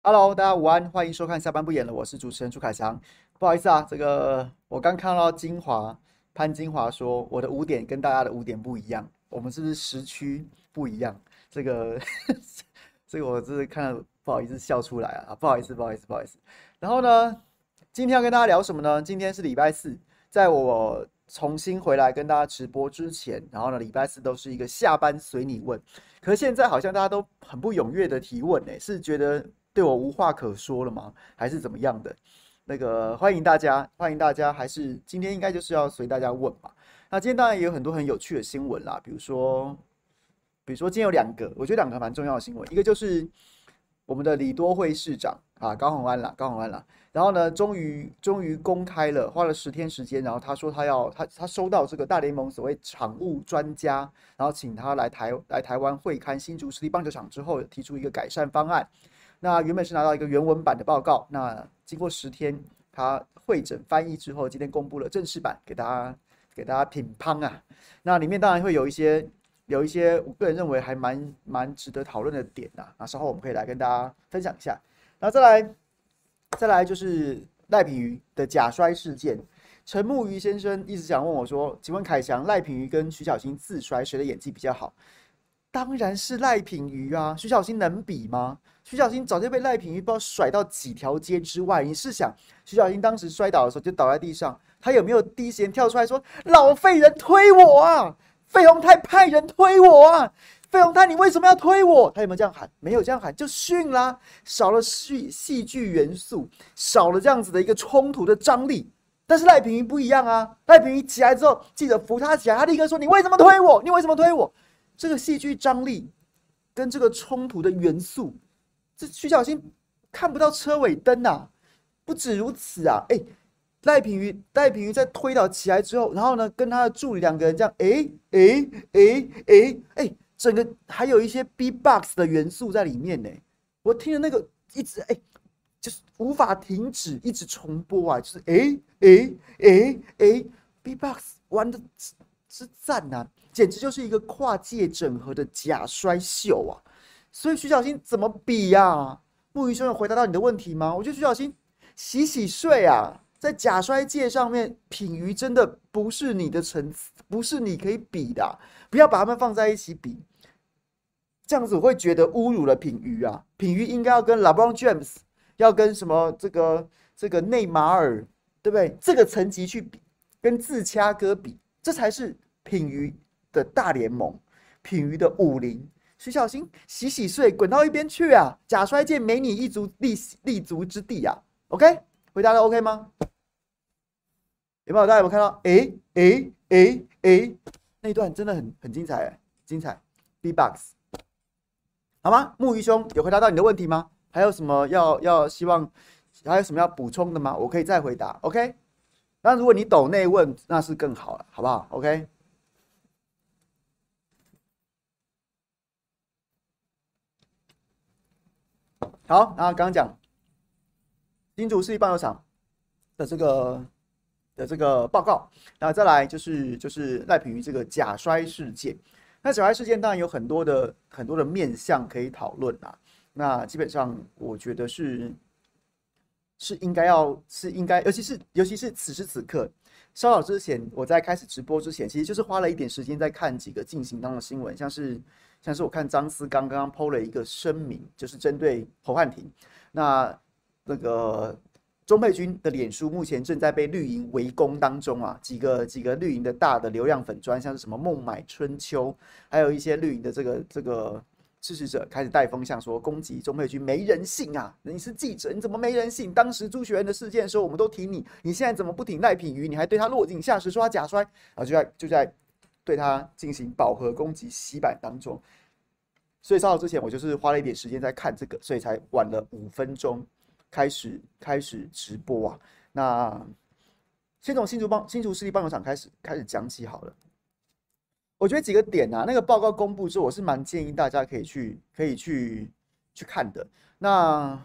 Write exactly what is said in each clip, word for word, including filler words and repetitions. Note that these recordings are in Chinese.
Hello，大家午安，欢迎收看下班不演了，我是主持人朱凯翔。不好意思啊，这个我刚看到金华潘金华说我的五点跟大家的五点不一样，我们是不是时区不一样？这个这个我真是看了不好意思笑出来啊，不好意思，不好意思，不好意思。然后呢，今天要跟大家聊什么呢？今天是礼拜四，在我重新回来跟大家直播之前，然后呢，礼拜四都是一个下班随你问。可是现在好像大家都很不踊跃的提问呢，是觉得对我无话可说了吗？还是怎么样的？那个欢迎大家，欢迎大家，还是今天应该就是要随大家问嘛。那今天当然也有很多很有趣的新闻啦，比如说，比如说今天有两个，我觉得两个蛮重要的新闻，一个就是我们的李多惠市长啊，高虹安啦，高虹安啦，然后呢，终于终于公开了，花了十天时间，然后他说他要他他收到这个大联盟所谓场务专家，然后请他来台来台湾会勘新竹实力棒球场之后，提出一个改善方案。那原本是拿到一个原文版的报告，那经过十天他会诊翻译之后，今天公布了正式版，给大家给大家品乓啊。那里面当然会有一些有一些我个人认为还蛮蛮值得讨论的点啊，那稍后我们可以来跟大家分享一下。然后再来再来就是赖品妤的假摔事件。陈木鱼先生一直想问我说：“请问凯翔，赖品妤跟徐小新自摔，谁的演技比较好？”当然是赖品妤啊，徐小新能比吗？徐小新早就被赖品妤不知道甩到几条街之外。你试想，徐小新当时摔倒的时候就倒在地上，他有没有第一时间跳出来说：“老废人推我啊，费鸿泰派人推我啊，费鸿泰你为什么要推我？”他有没有这样喊？没有这样喊，就逊啦，少了戏戏剧元素，少了这样子的一个冲突的张力。但是赖品妤不一样啊，赖品妤起来之后，记者扶他起来，他立刻说：“你为什么推我？你为什么推我？”这个戏剧张力跟这个冲突的元素，这徐小新看不到车尾灯啊！不止如此啊，哎，赖品妤赖品妤在推倒起来之后，然后呢，跟他的助理两个人这样，哎哎哎哎哎，整个还有一些 B-box 的元素在里面呢。我听的那个一直哎，就是无法停止，一直重播啊，就是哎哎哎哎，B-box 玩的之赞呐、啊，简直就是一个跨界整合的假摔秀啊！所以徐小新怎么比呀、啊？木鱼兄有回答到你的问题吗？我觉得徐小新洗洗睡啊，在假摔界上面，品妤真的不是你的层次，不是你可以比的、啊，不要把他们放在一起比，这样子我会觉得侮辱了品妤啊！品妤应该要跟 LeBron James，要跟什么这个这个内马尔，对不对？这个层级去比，跟自掐哥比，这才是品妤的大联盟，品妤的武林。徐小新洗洗睡，滚到一边去啊！假摔界没你一足立立足之地啊！OK，回答的 OK 吗？有没有？大家有没有看到？诶诶诶诶，那一段真的很很精彩哎，精彩 B-box。好吗？木鱼兄有回答到你的问题吗？还有什么要要希望，还有什么要补充的吗？我可以再回答。OK，那如果你抖内问，那是更好了，好不好？OK，好，然后刚刚讲新竹市立棒球场的这个的这个报告，然后再来就是就是赖品妤这个假摔事件。那假摔事件当然有很多的很多的面向可以讨论啊。那基本上我觉得是是应该要是应该，尤其是尤其是此时此刻，稍早之前我在开始直播之前，其实就是花了一点时间在看几个进行当的新闻，像是像是我看张思刚刚刚 P O 了一个声明，就是针对侯汉廷，那那个钟佩君的脸书目前正在被绿营围攻当中啊，几个几个绿营的大的流量粉砖，像是什么孟买春秋，还有一些绿营的这个这个支持者开始带风向，说攻击钟佩君没人性啊！你是记者，你怎么没人性？当时朱学仁的事件的时候，我们都挺你，你现在怎么不挺赖品妤？你还对他落井下石，说他假摔，然后就在就在对他进行饱和攻击洗版当中。所以稍早之前我就是花了一点时间在看这个，所以才晚了五分钟开始开始直播啊。那先从新竹棒新竹市立棒球场开始开始讲起好了。我觉得几个点啊，那个报告公布之后，我是蛮建议大家可以去可以去去看的。那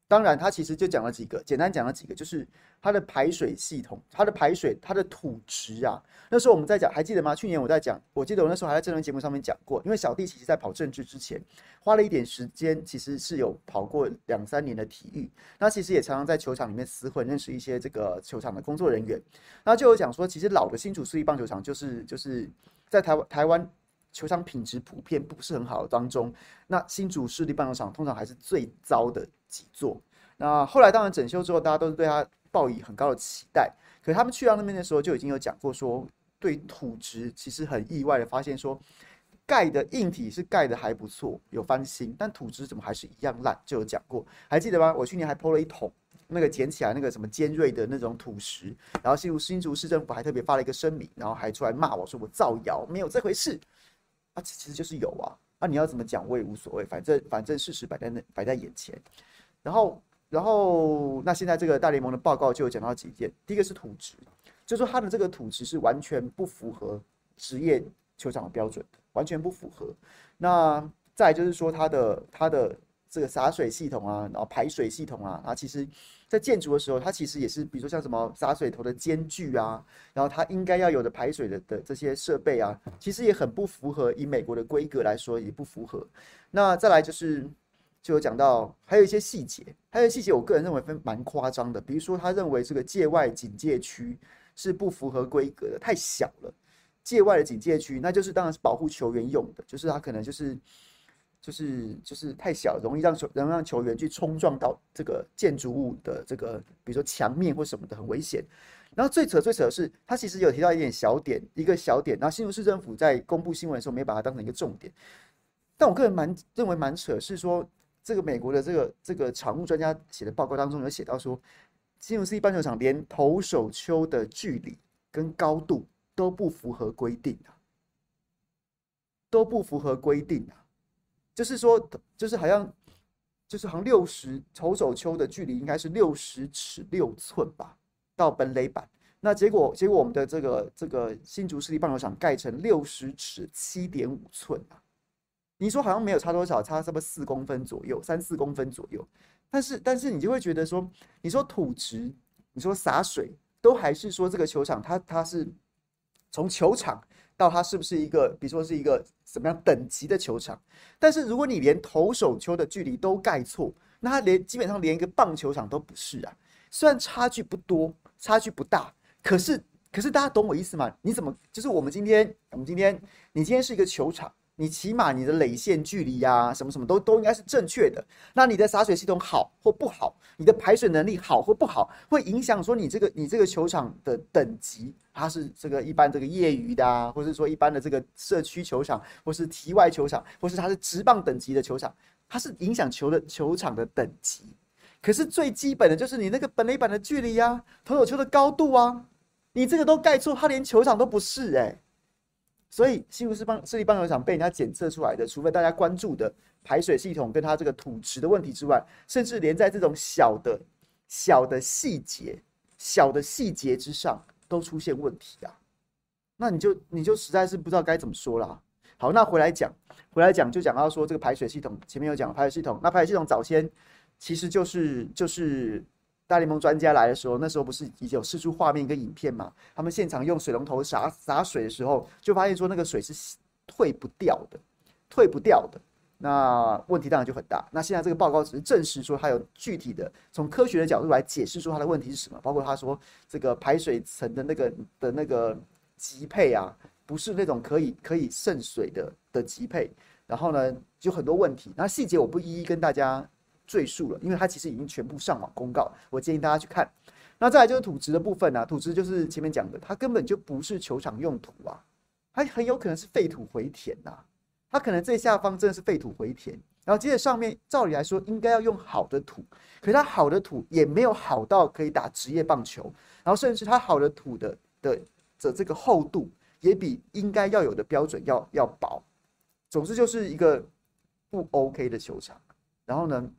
当然，它其实就讲了几个，简单讲了几个，就是它的排水系统，它的排水，它的土质啊。那时候我们在讲，还记得吗？去年我在讲，我记得我那时候还在这轮节目上面讲过，因为小弟其实在跑政治之前，花了一点时间，其实是有跑过两三年的体育，那其实也常常在球场里面厮混，认识一些这个球场的工作人员，那就有讲说，其实老的新竹市立棒球场就是就是在台湾台湾。球场品质普遍不是很好的当中，那新竹市立棒球场通常还是最糟的几座。那后来当然整修之后，大家都是对它抱以很高的期待。可是他们去到那边的时候，就已经有讲过说，对土质其实很意外的发现说，盖的硬体是盖的还不错，有翻新，但土质怎么还是一样烂？就有讲过，还记得吗？我去年还 po 了一桶。那个捡起来那个什么尖锐的那种土石，然后新竹新竹市政府还特别发了一个声明，然后还出来骂我说我造谣，没有这回事。啊，其实就是有啊，啊，你要怎么讲我也无所谓，反正反正事实摆在那摆在眼前。然后，然后那现在这个大联盟的报告就有讲到几件，第一个是土质，就是说它的这个土质是完全不符合职业球场的标准的，完全不符合。那再来就是说它的它的这个洒水系统啊，然后排水系统啊，它其实在建筑的时候，它其实也是，比如说像什么洒水头的间距啊，然后它应该要有的排水的的这些设备啊，其实也很不符合，以美国的规格来说也不符合。那再来就是就有讲到还有一些细节，还有细节我个人认为分蛮夸张的，比如说他认为这个界外警戒区是不符合规格的，太小了。界外的警戒区，那就是当然是保护球员用的，就是他可能就是。就是就是太小，容易让球能让球员去冲撞到这个建筑物的这个，比如说墙面或什么的，很危险。然后最扯最扯的是，他其实有提到一点小点，一个小点，然后新竹市政府在公布新闻的时候没把它当成一个重点。但我个人蛮认为蛮扯，是说这个美国的这个这个场务专家写的报告当中有写到说，新竹市立棒球场连投手丘的距离跟高度都不符合规定啊，都不符合规定啊。就是说，就是好像，就是好像六十投手丘的距离应该是六十尺六寸吧，到本垒板。那结果，结果我们的这个这个新竹市立棒球场盖成六十尺七点五寸啊。你说好像没有差多少，差差不多四公分左右，三四公分左右。但是，但是你就会觉得说，你说土质，你说洒水，都还是说这个球场它它是从球场。到它是不是一个，比如说是一个什么样等级的球场？但是如果你连投手丘的距离都盖错，那它连基本上连一个棒球场都不是啊。虽然差距不多，差距不大，可是可是大家懂我意思吗？你怎么就是我们今天我们今天你今天是一个球场，你起码你的垒线距离啊，什么什么都都应该是正确的。那你的洒水系统好或不好，你的排水能力好或不好，会影响说你这个你这个球场的等级。它是这个一般这个业余的啊，或是说一般的这个社区球场，或是题外球场，或是它是职棒等级的球场，它是影响球的球场的等级。可是最基本的就是你那个本垒板的距离啊，投手丘的高度啊，你这个都盖错，它连球场都不是哎、欸。所以新竹市棒市立棒球场被人家检测出来的，除非大家关注的排水系统跟它这个土质的问题之外，甚至连在这种小的小的细节、小的细节之上。都出现问题啊，那你就你就实在是不知道该怎么说啦。好，那回来讲，回来讲就讲到说这个排水系统，前面有讲排水系统，那排水系统早先其实就是就是大联盟专家来的时候，那时候不是已经有释出画面跟影片嘛？他们现场用水龙头洒洒水的时候，就发现说那个水是退不掉的，退不掉的。那问题当然就很大。那现在这个报告只是证实说，它有具体的从科学的角度来解释说它的问题是什么，包括他说这个排水层的那个的那个级配啊，不是那种可以可以渗水的的级配。然后呢，就很多问题。那细节我不一一跟大家赘述了，因为它其实已经全部上网公告，我建议大家去看。那再来就是土质的部分啊，土质就是前面讲的，它根本就不是球场用土啊，它很有可能是废土回填呐、啊。它可能最下方真的是废土回填，然后接着上面照理来说应该要用好的土，可是它好的土也没有好到可以打职业棒球，然后甚至它好的土的的的这个厚度也比应该要有的标准要要薄，总之就是一个不 OK 的球场。然后呢，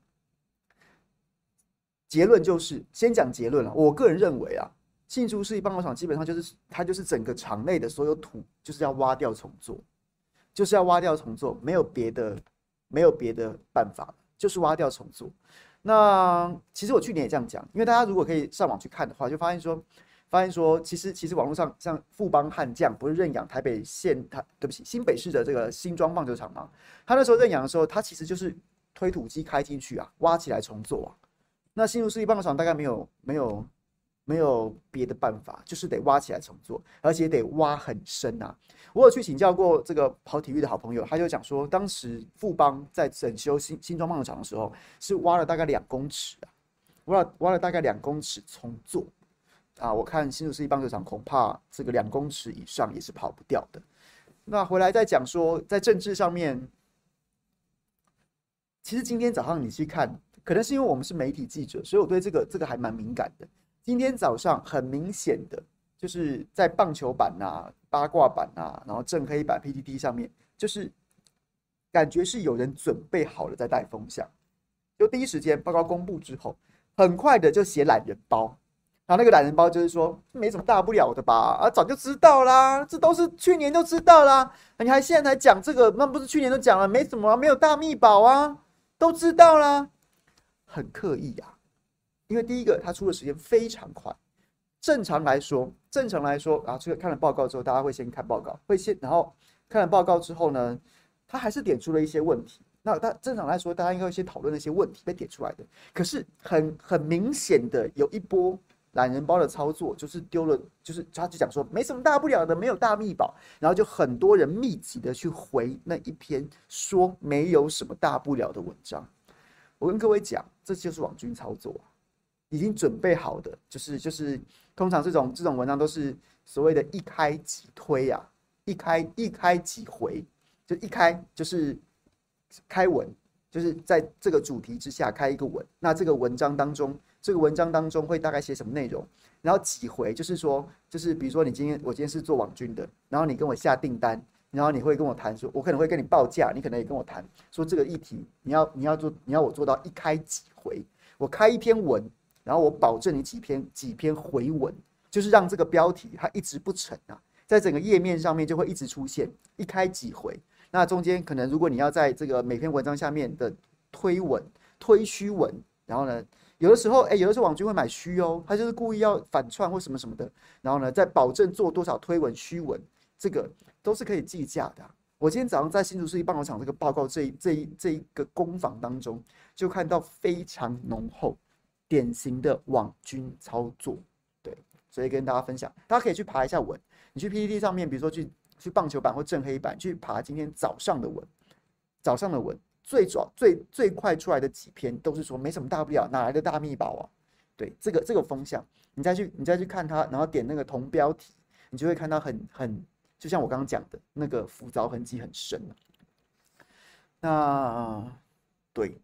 结论就是先讲结论了，我个人认为啊，新竹市立棒球场基本上就是它就是整个场内的所有土就是要挖掉重做。就是要挖掉重做，没有别的，没有别的办法，就是挖掉重做。 那其实我去年也这样讲，因为大家如果可以上网去看的话，就发现说，发现说，其实其实网络上像富邦悍将不是认养台北县，他对不起新北市的这个新庄棒球场吗？他那时候认养的时候，他其实就是推土机开进去啊，挖起来重做啊。那新竹市立棒球场大概没有没有没有别的办法，就是得挖起来重做，而且得挖很深啊。我有去请教过这个跑体育的好朋友，他就讲说，当时富邦在整修新新庄棒球场的时候，是挖了大概两公尺啊，挖了挖了大概两公尺重做啊。我看新竹市立棒球场恐怕这个两公尺以上也是跑不掉的。那回来再讲说，在政治上面，其实今天早上你去看，可能是因为我们是媒体记者，所以我对这个这个还蛮敏感的。今天早上很明显的，就是在棒球版啊、八卦版啊，然后正黑版 P T T 上面，就是感觉是有人准备好了在带风向。就第一时间报告公布之后，很快的就写懒人包，然后那个懒人包就是说没什么大不了的吧，啊早就知道啦，这都是去年就知道啦，你还现在才讲这个，那不是去年都讲了，没什么啊，没有大秘宝啊，都知道啦，很刻意啊。因为第一个，他出的时间非常快。正常来说，正常来说啊，这个看了报告之后，大家会先看报告，会先，然后看了报告之后呢，他还是点出了一些问题。那他正常来说，大家应该会先讨论那些问题被点出来的。可是很很明显的有一波懒人包的操作，就是丢了，就是他就讲说没什么大不了的，没有大秘宝，然后就很多人密集的去回那一篇说没有什么大不了的文章。我跟各位讲，这就是网军操作啊。已经准备好的，就是就是通常这种这种文章都是所谓的一开即推啊，一开一开即回，就一开就是开文，就是在这个主题之下开一个文，那这个文章当中，这个文章当中会大概写什么内容，然后几回，就是说，就是比如说你今天我今天是做网军的，然后你跟我下订单，然后你会跟我谈说，我可能会跟你报价，你可能也跟我谈说这个议题你要你要做你要我做到一开即回，我开一篇文。然后我保证你几篇几篇回文，就是让这个标题它一直不沉啊，在整个页面上面就会一直出现一开几回。那中间可能如果你要在这个每篇文章下面的推文、推虚文，然后呢，有的时候哎，有的时候网军会买虚哦，他就是故意要反串或什么什么的，然后呢，再保证做多少推文虚文，这个都是可以计价的啊。我今天早上在新竹市立棒球场这个报告这一这一这一个攻防当中，就看到非常浓厚。典型的网军操作，对，所以跟大家分享，大家可以去爬一下文。你去 P T T 上面，比如说去去棒球版或正黑版，去爬今天早上的文，早上的文最早最最快出来的几篇都是说没什么大不了，哪来的大秘宝啊？对，这个这个风向，你再去你再去看它，然后点那个同标题，你就会看到很很，就像我刚刚讲的那个浮藻痕迹很深啊。那对。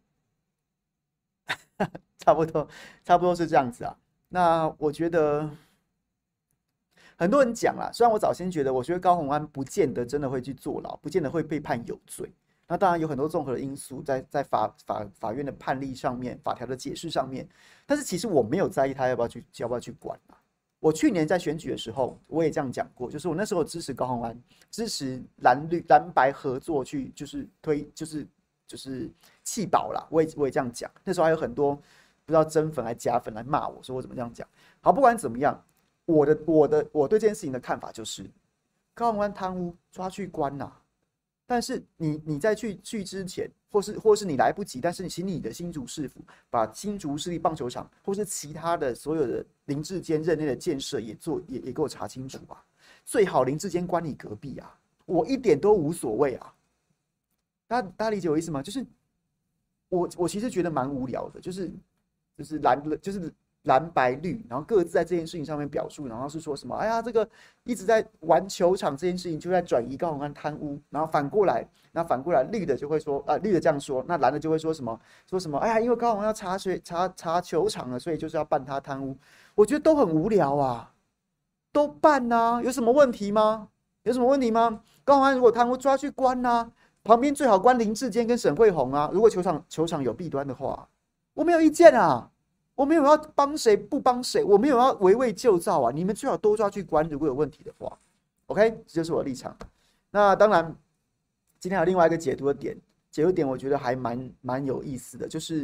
差不多，差不多是这样子啊。那我觉得很多人讲啦，虽然我早先觉得，我觉得高虹安不见得真的会去坐牢，不见得会被判有罪。那当然有很多综合的因素在在法法法院的判例上面、法条的解释上面。但是其实我没有在意他要不要去要不要去管啊。我去年在选举的时候，我也这样讲过，就是我那时候支持高虹安，支持蓝绿蓝白合作去，就是推就是就是弃保啦。我也我也这样讲，那时候还有很多。不知道真粉还假粉来骂我说我怎么这样讲。好，不管怎么样，我的我的我对这件事情的看法就是，高虹安贪污抓去关呐、啊，但是你你在去去之前，或是或是你来不及，但是你请你的新竹市府把新竹市立棒球场或是其他的所有的林志坚任内的建设也做也也给我查清楚啊，最好林志坚关你隔壁啊，我一点都无所谓啊。大家大家理解我意思吗？就是我我其实觉得蛮无聊的，就是。就是蓝就是蓝白绿，然后各自在这件事情上面表述，然后是说什么？哎呀，这个一直在玩球场这件事情，就在转移高虹安贪污，然后反过来，那反过来绿的就会说啊，绿的这样说，那蓝的就会说什么？说什么？哎呀，因为高虹安要查学查查球场了，所以就是要办他贪污。我觉得都很无聊啊，都办啊，有什么问题吗？有什么问题吗？高虹安如果贪污，抓去关啊，旁边最好关林志坚跟沈慧虹啊。如果球场球场有弊端的话。我没有意见啊，我没有要帮谁不帮谁，我没有要围魏救赵啊，你们最好都抓去关，如果有问题的话 ，OK， 这就是我的立场。那当然，今天还有另外一个解读的点，解读点我觉得还蛮蛮有意思的，就是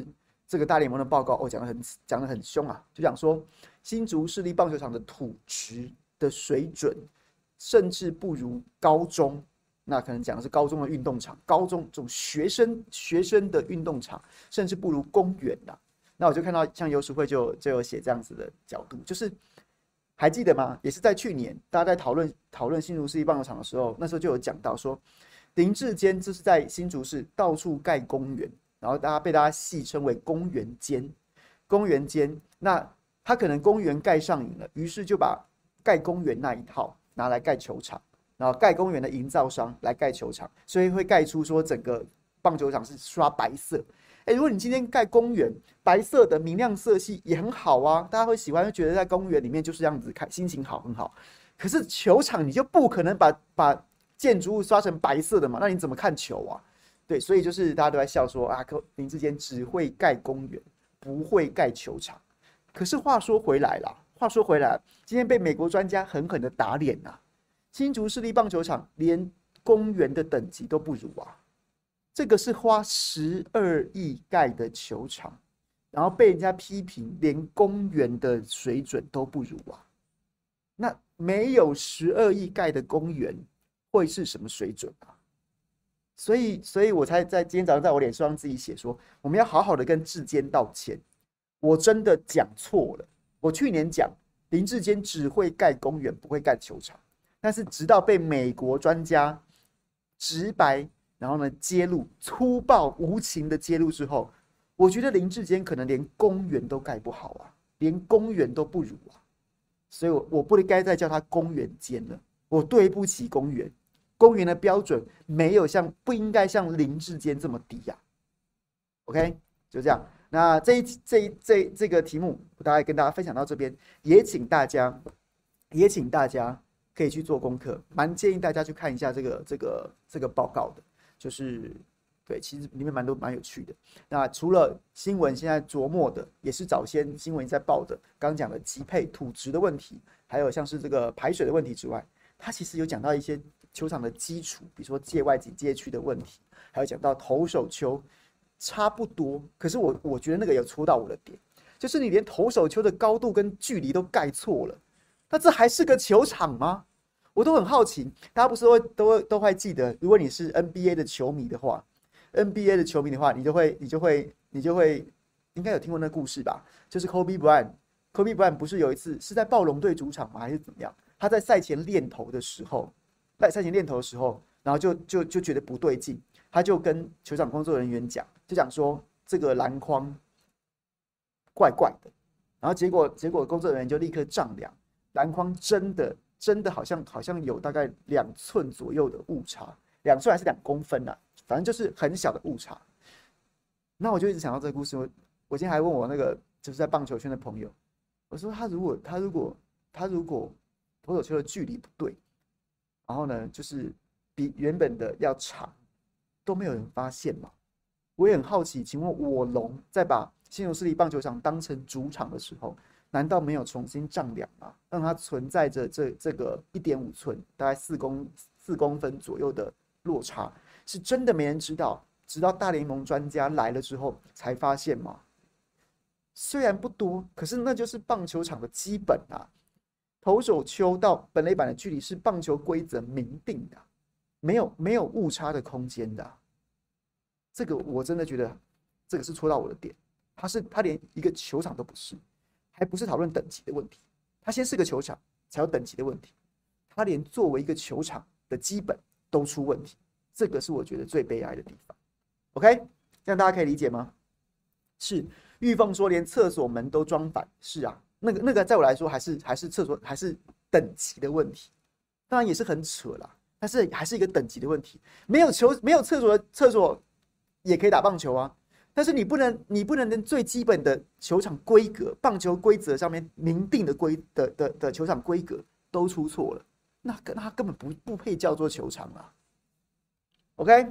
这个大联盟的报告哦，讲的很讲的很凶啊，就讲说新竹市立棒球场的土质的水准，甚至不如高中。那可能讲的是高中的运动场，高中这种学生学生的运动场，甚至不如公园呐、啊。那我就看到像游淑慧就就有写这样子的角度，就是还记得吗？也是在去年大家在讨论讨论新竹市立棒球场的时候，那时候就有讲到说，林志坚这是在新竹市到处盖公园，然后大家被大家戏称为公园监，公园监。那他可能公园盖上瘾了，于是就把盖公园那一套拿来盖球场。然后盖公园的营造商来盖球场，所以会盖出说整个棒球场是刷白色。哎，如果你今天盖公园，白色的明亮色系也很好啊，大家会喜欢，就觉得在公园里面就是这样子看，心情好，很好。可是球场你就不可能把把建筑物刷成白色的嘛，那你怎么看球啊？对，所以就是大家都在笑说啊，林志坚只会盖公园，不会盖球场。可是话说回来啦，话说回来，今天被美国专家狠狠的打脸啊！新竹市立棒球场连公园的等级都不如啊！这个是花十二亿盖的球场，然后被人家批评连公园的水准都不如啊！那没有十二亿盖的公园会是什么水准啊？所以，所以我才在今天早上在我脸书上自己写说，我们要好好的跟志坚道歉。我真的讲错了，我去年讲林志坚只会盖公园，不会盖球场。但是直到被美国专家直白，然后呢揭露粗暴无情的揭露之后，我觉得林志坚可能连公园都盖不好啊，连公园都不如啊，所以我我不应该再叫他公园监了，我对不起公园，公园的标准没有像不应该像林志坚这么低呀、啊。OK， 就这样。那这一这一这一这个题目，我大概跟大家分享到这边，也请大家，也请大家。可以去做功课，蛮建议大家去看一下这个这个这个报告的，就是对，其实里面蛮多蛮有趣的。那除了新闻现在琢磨的，也是早先新闻在报的，刚刚讲的级配土质的问题，还有像是这个排水的问题之外，它其实有讲到一些球场的基础，比如说界外及界区的问题，还有讲到投手丘差不多，可是我我觉得那个有戳到我的点，就是你连投手丘的高度跟距离都盖错了。那这还是个球场吗？我都很好奇，大家不是都会都会都会记得，如果你是 N B A 的球迷的话 ，N B A 的球迷的话，你就会你就会你就会应该有听过那故事吧？就是 Kobe Bryant，Kobe Bryant 不是有一次是在暴龙队主场吗？还是怎么样？他在赛前练投的时候，在赛前练投的时候，然后就就就觉得不对劲，他就跟球场工作人员讲，就讲说这个篮筐怪怪的，然后结果结果工作人员就立刻丈量。篮筐真的真的好像好像有大概两寸左右的误差，两寸还是两公分啊？反正就是很小的误差。那我就一直想到这个故事。我我今天还问我那个就是在棒球圈的朋友，我说他如果他如果他如果投手球的距离不对，然后呢就是比原本的要长，都没有人发现嘛？我也很好奇，请问我龙在把新竹市立棒球场当成主场的时候。难道没有重新丈量吗？让它存在着这这个一点五寸，大概四公四公分左右的落差，是真的没人知道，直到大联盟专家来了之后才发现吗？虽然不多，可是那就是棒球场的基本啊。投手丘到本垒板的距离是棒球规则明定的，没有没有误差的空间的、啊。这个我真的觉得，这个是戳到我的点。他是他连一个球场都不是。还不是讨论等级的问题，它先是个球场，才有等级的问题。它连作为一个球场的基本都出问题，这个是我觉得最悲哀的地方。OK， 这样大家可以理解吗？是玉凤说连厕所门都装反，是啊，那个那个在我来说还是还是厕所还是等级的问题，当然也是很扯啦，但是还是一个等级的问题。没有球没有厕所的厕所也可以打棒球啊。但是你不能，你不能连最基本的球场规格、棒球规则上面明定的规的的的球场规格都出错了，那那它根本不不配叫做球场啊。OK，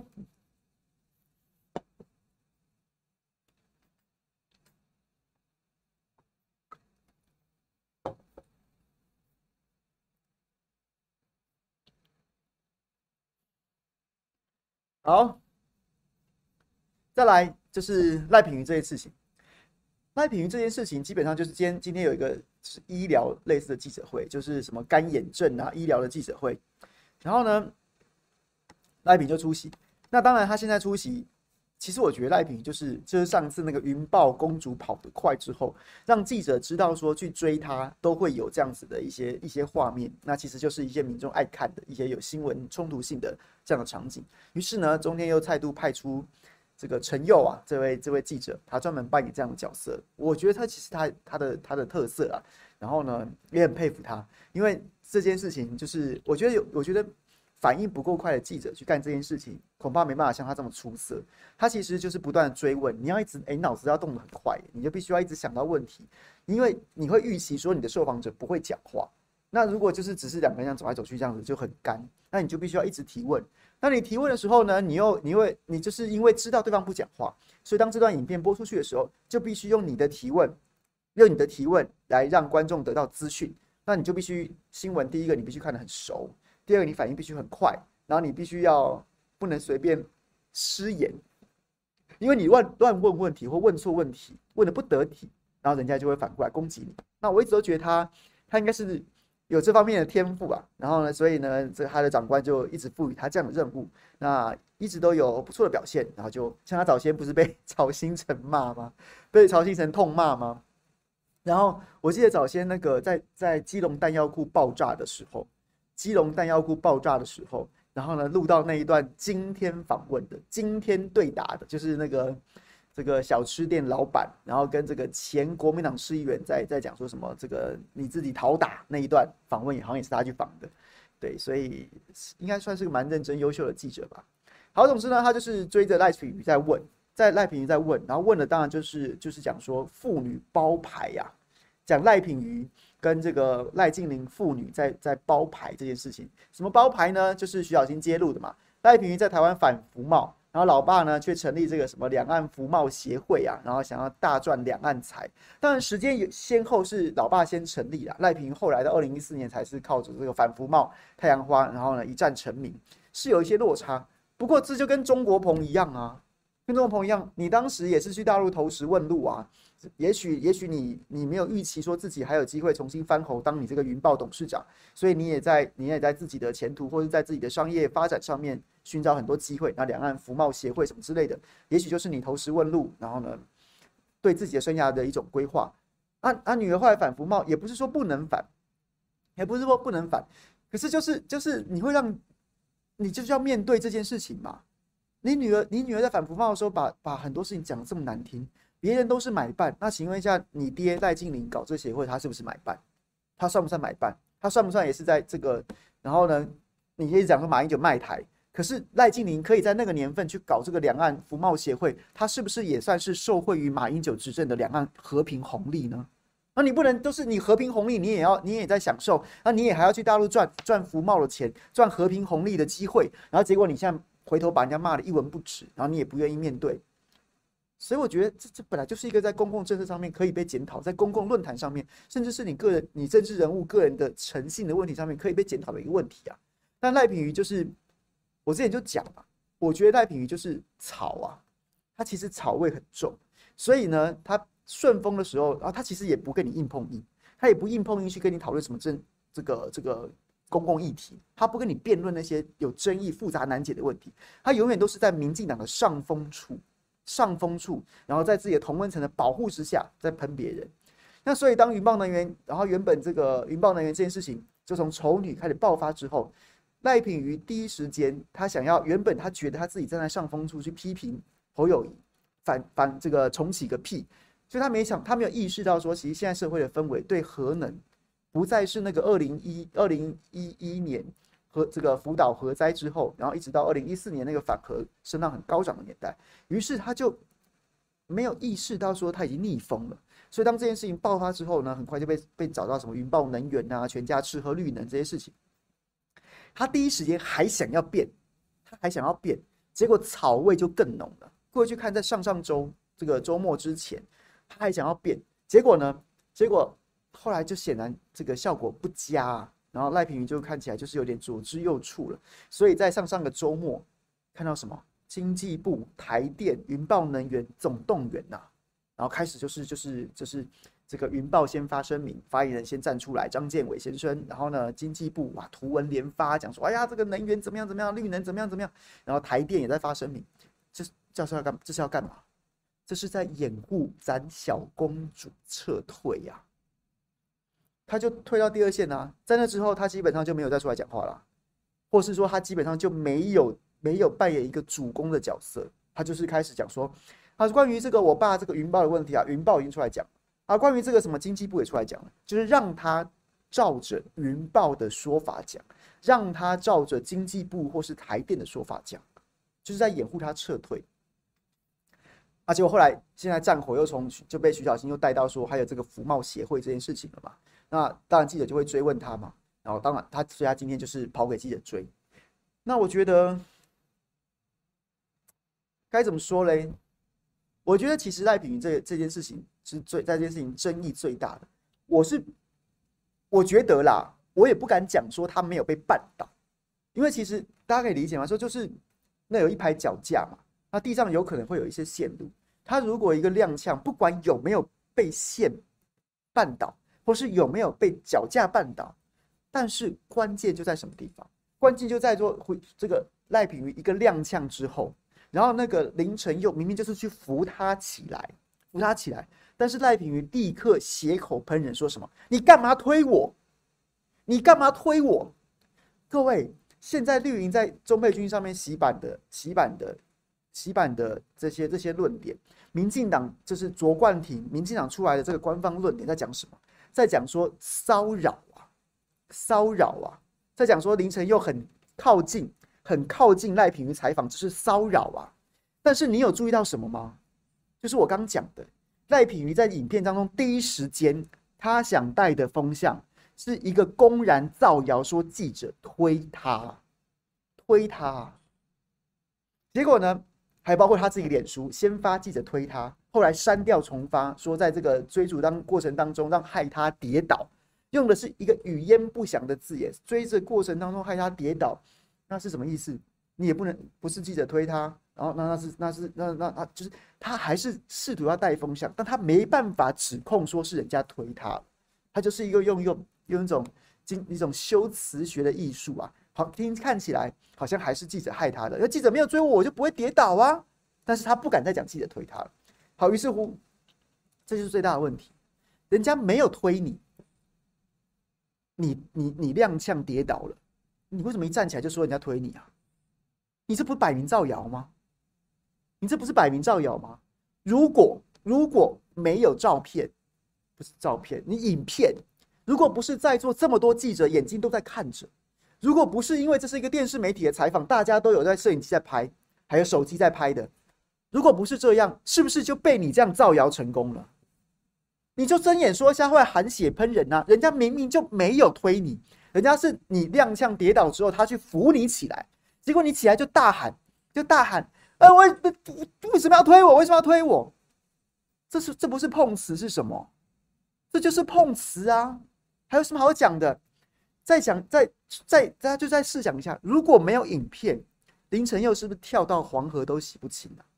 好，再来就是赖品妤这些事情。 赖品妤这件事情基本上就是今天今天有一个就是医疗类似的记者会，就是什么干眼症啊医疗的记者会，然后呢，赖品就出席。那当然他现在出席，其实我觉得赖品就是就是上次那个云豹公主跑得快之后，让记者知道说去追她都会有这样子的一些一些画面，那其实就是一些民众爱看的一些有新闻冲突性的这样的场景。于是呢，中天又再度派出这个陈佑啊，这位这位记者，他专门扮演这样的角色。我觉得他其实他他的他的特色啊，然后呢也很佩服他，因为这件事情就是我觉得有，我觉得反应不够快的记者去干这件事情，恐怕没办法像他这么出色。他其实就是不断的追问，你要一直哎脑子要动得很快，你就必须要一直想到问题，因为你会预期说你的受访者不会讲话。那如果就是只是两个人这样走来走去这样子就很干，那你就必须要一直提问。那你提问的时候呢，你又你会你就是因为知道对方不讲话，所以当这段影片播出去的时候，就必须用你的提问，用你的提问来让观众得到资讯。那你就必须新闻第一个你必须看得很熟，第二个你反应必须很快，然后你必须要不能随便失言，因为你乱乱问问题或问错问题，问的不得体，然后人家就会反过来攻击你。那我一直都觉得他他应该是有这方面的天赋啊，然后呢，所以呢，这他的长官就一直赋予他这样的任务，那一直都有不错的表现，然后就像他早先不是被曹兴诚骂吗？被曹兴诚痛骂吗？然后我记得早先那个在在基隆弹药库爆炸的时候，基隆弹药库爆炸的时候，然后呢录到那一段今天访问的今天对答的，就是那个。这个小吃店老板，然后跟这个前国民党市议员在在讲说什么，这个你自己讨打那一段访问，好像也是他去访的，对，所以应该算是个蛮认真优秀的记者吧。好，总之呢，他就是追着赖品妤在问，在赖品妤在问，然后问的当然就是就是讲说妇女包牌呀、啊，讲赖品妤跟这个赖静玲妇女在在包牌这件事情，什么包牌呢？就是徐小新揭露的嘛，赖品妤在台湾反服贸。然后老爸呢，却成立这个什么两岸服贸协会啊，然后想要大赚两岸财。当然，时间先后是老爸先成立啦，赖品妤后来到二零一四年才是靠着这个反服贸、太阳花，然后呢一战成名，是有一些落差。不过这就跟中国鹏一样啊，跟中国鹏一样，你当时也是去大陆投石问路啊。也许，也许你你没有预期说自己还有机会重新翻红，当你这个云豹董事长，所以你也在你也在自己的前途或者在自己的商业发展上面寻找很多机会。那两岸服贸协会什么之类的，也许就是你投石问路，然后呢，对自己的生涯的一种规划。啊啊，女儿后来反服贸，也不是说不能反，也不是说不能反，可是就是就是你会让你就是要面对这件事情嘛。你女儿你女儿在反服贸的时候把，把把很多事情讲得这么难听。别人都是买办，那请问一下，你爹赖静玲搞这协会，他是不是买办？他算不算买办？他算不算也是在这个？然后呢，你可以讲说马英九卖台，可是赖静玲可以在那个年份去搞这个两岸服贸协会，他是不是也算是受惠于马英九执政的两岸和平红利呢？那你不能都是你和平红利，你也要你也在享受，那你也还要去大陆赚赚服贸的钱，赚和平红利的机会，然后结果你现在回头把人家骂得一文不值，然后你也不愿意面对。所以我觉得这这本来就是一个在公共政策上面可以被检讨，在公共论坛上面，甚至是你个人、你政治人物个人的诚信的问题上面可以被检讨的一个问题啊。但赖品妤就是我之前就讲嘛，我觉得赖品妤就是草啊，他其实草味很重，所以呢，他顺风的时候，然后他其实也不跟你硬碰硬，他也不硬碰硬去跟你讨论什么政这个这个公共议题，他不跟你辩论那些有争议、复杂难解的问题，他永远都是在民进党的上风处。上风处，然后在自己的同温层的保护之下，在喷别人。那所以当云豹能源，然后原本这个云豹能源这件事情，就从丑女开始爆发之后，赖品妤第一时间，他想要原本他觉得他自己站在上风处去批评侯友宜，反反这个重启个屁，所以他没想，他没有意识到说，其实现在社会的氛围对核能不再是那个二零一二零一一年。和这个福岛核灾之后，然后一直到二零一四年那个反核声浪很高涨的年代，于是他就没有意识到说他已经逆风了。所以当这件事情爆发之后呢，很快就被被找到什么云豹能源啊、全家吃喝绿能这些事情。他第一时间还想要变，他还想要变，结果草味就更浓了。过去看在上上周这个周末之前，他还想要变，结果呢，结果后来就显然这个效果不佳啊。然后赖品妤就看起来就是有点左支右绌了，所以在上上个周末看到什么经济部、台电、云豹能源总动员呐、啊， 然后开始就是就是就是这个云豹先发声明，发言人先站出来，张建伟先生，然后呢，经济部哇图文连发，讲说，哎呀，这个能源怎么样怎么样，绿能怎么样怎么样，然后台电也在发声明，这这是要干这是要干嘛？这是在掩护咱小公主撤退呀、啊，他就退到第二线啊，在那之后，他基本上就没有再出来讲话了，或是说他基本上就没有没有扮演一个主攻的角色，他就是开始讲说，啊，关于这个我爸这个云豹的问题啊，云豹已经出来讲啊，关于这个什么经济部也出来讲了，就是让他照着云豹的说法讲，让他照着经济部或是台电的说法讲，就是在掩护他撤退。啊，结果后来现在战火又从就被徐小新又带到说还有这个服贸协会这件事情了嘛？那当然记者就会追问他嘛，然后当然他所以他今天就是跑给记者追。那我觉得该怎么说嘞？我觉得其实赖品妤这这件事情是最在这件事情争议最大的。我是我觉得啦，我也不敢讲说他没有被绊倒，因为其实大家可以理解嘛，说就是那有一排脚架嘛。那地上有可能会有一些线路，他如果一个踉跄，不管有没有被线绊倒，或是有没有被脚架绊倒，但是关键就在什么地方？关键就在说这个赖品妤一个踉跄之后，然后那个林承佑明明就是去扶他起来，扶他起来，但是赖品妤立刻血口喷人，说什么？你干嘛推我？你干嘛推我？各位，现在绿营在中配军上面洗版的洗版的。洗版的这些这些论点，民进党就是卓冠廷，民进党出来的这个官方论点在讲什么？在讲说骚扰啊，骚扰啊，在讲说林承佑很靠近，很靠近赖品妤采访，这是骚扰啊。但是你有注意到什么吗？就是我刚讲的，赖品妤在影片当中第一时间，他想带的风向是一个公然造谣，说记者推他，推他。结果呢？还包括他自己脸书，先发记者推他，后来删掉重发，说在这个追逐当过程当中让害他跌倒，用的是一个语焉不详的字眼，追着过程当中害他跌倒，那是什么意思？你也不能不是记者推他，然后那那是那是那那那就是他还是试图要带风向，但他没办法指控说是人家推他，他就是一个用用用一种一种修辞学的艺术啊。好听看起来好像还是记者害他的，而记者没有追我，我就不会跌倒啊。但是他不敢再讲记者推他了。好，于是乎，这就是最大的问题。人家没有推你，你你你踉跄跌倒了，你为什么一站起来就说人家推你啊？你这不是摆明造谣吗？你这不是摆明造谣吗？如果如果没有照片，不是照片，你影片，如果不是在座这么多记者眼睛都在看着。如果不是因为这是一个电视媒体的采访，大家都有在摄影机在拍，还有手机在拍的，如果不是这样，是不是就被你这样造谣成功了？你就睁眼说瞎话，含血喷人啊！人家明明就没有推你，人家是你踉跄跌倒之后，他去扶你起来，结果你起来就大喊，就大喊，呃，为为什么要推我？为什么要推我？这是这不是碰瓷是什么？这就是碰瓷啊！还有什么好讲的？再讲，再再大家就再试想一下，如果没有影片，林承佑是不是跳到黄河都洗不清啊？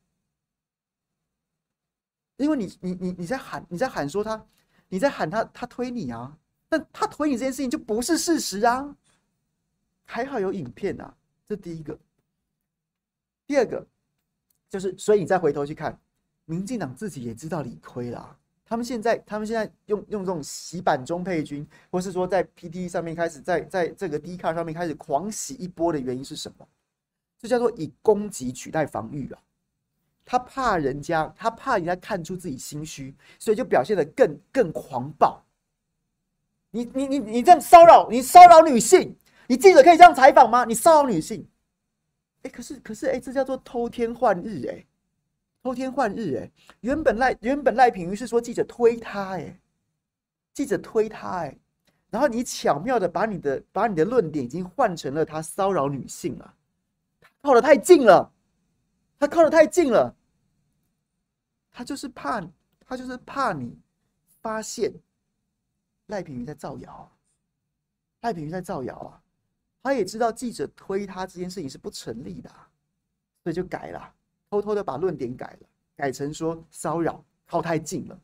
因为你你你你在喊你在喊说他，你在喊他他推你啊，但他推你这件事情就不是事实啊。还好有影片啊，这第一个。第二个就是，所以你再回头去看，民进党自己也知道理亏啦。他们现在，他们现在用用这种洗版中配军，或是说在 P T 上面开始在在这个 D 卡上面开始狂洗一波的原因是什么？这叫做以攻击取代防御啊！他怕人家，他怕人家看出自己心虚，所以就表现得更更狂暴。你你你你这样骚扰，你骚扰女性，你记者可以这样采访吗？你骚扰女性，哎，可是可是哎，这叫做偷天换日哎。偷天换日哎、欸，原本赖原本赖品妤是说记者推他哎、欸，记者推他哎、欸，然后你巧妙的把你的把你的论点已经换成了他骚扰女性了，靠得太近了，他靠得太近了，他就是怕他就是怕你发现赖品妤在造谣，赖品妤在造谣啊，他也知道记者推他这件事情是不成立的、啊，所以就改了。偷偷的把论点改了，改成说骚扰靠太近了。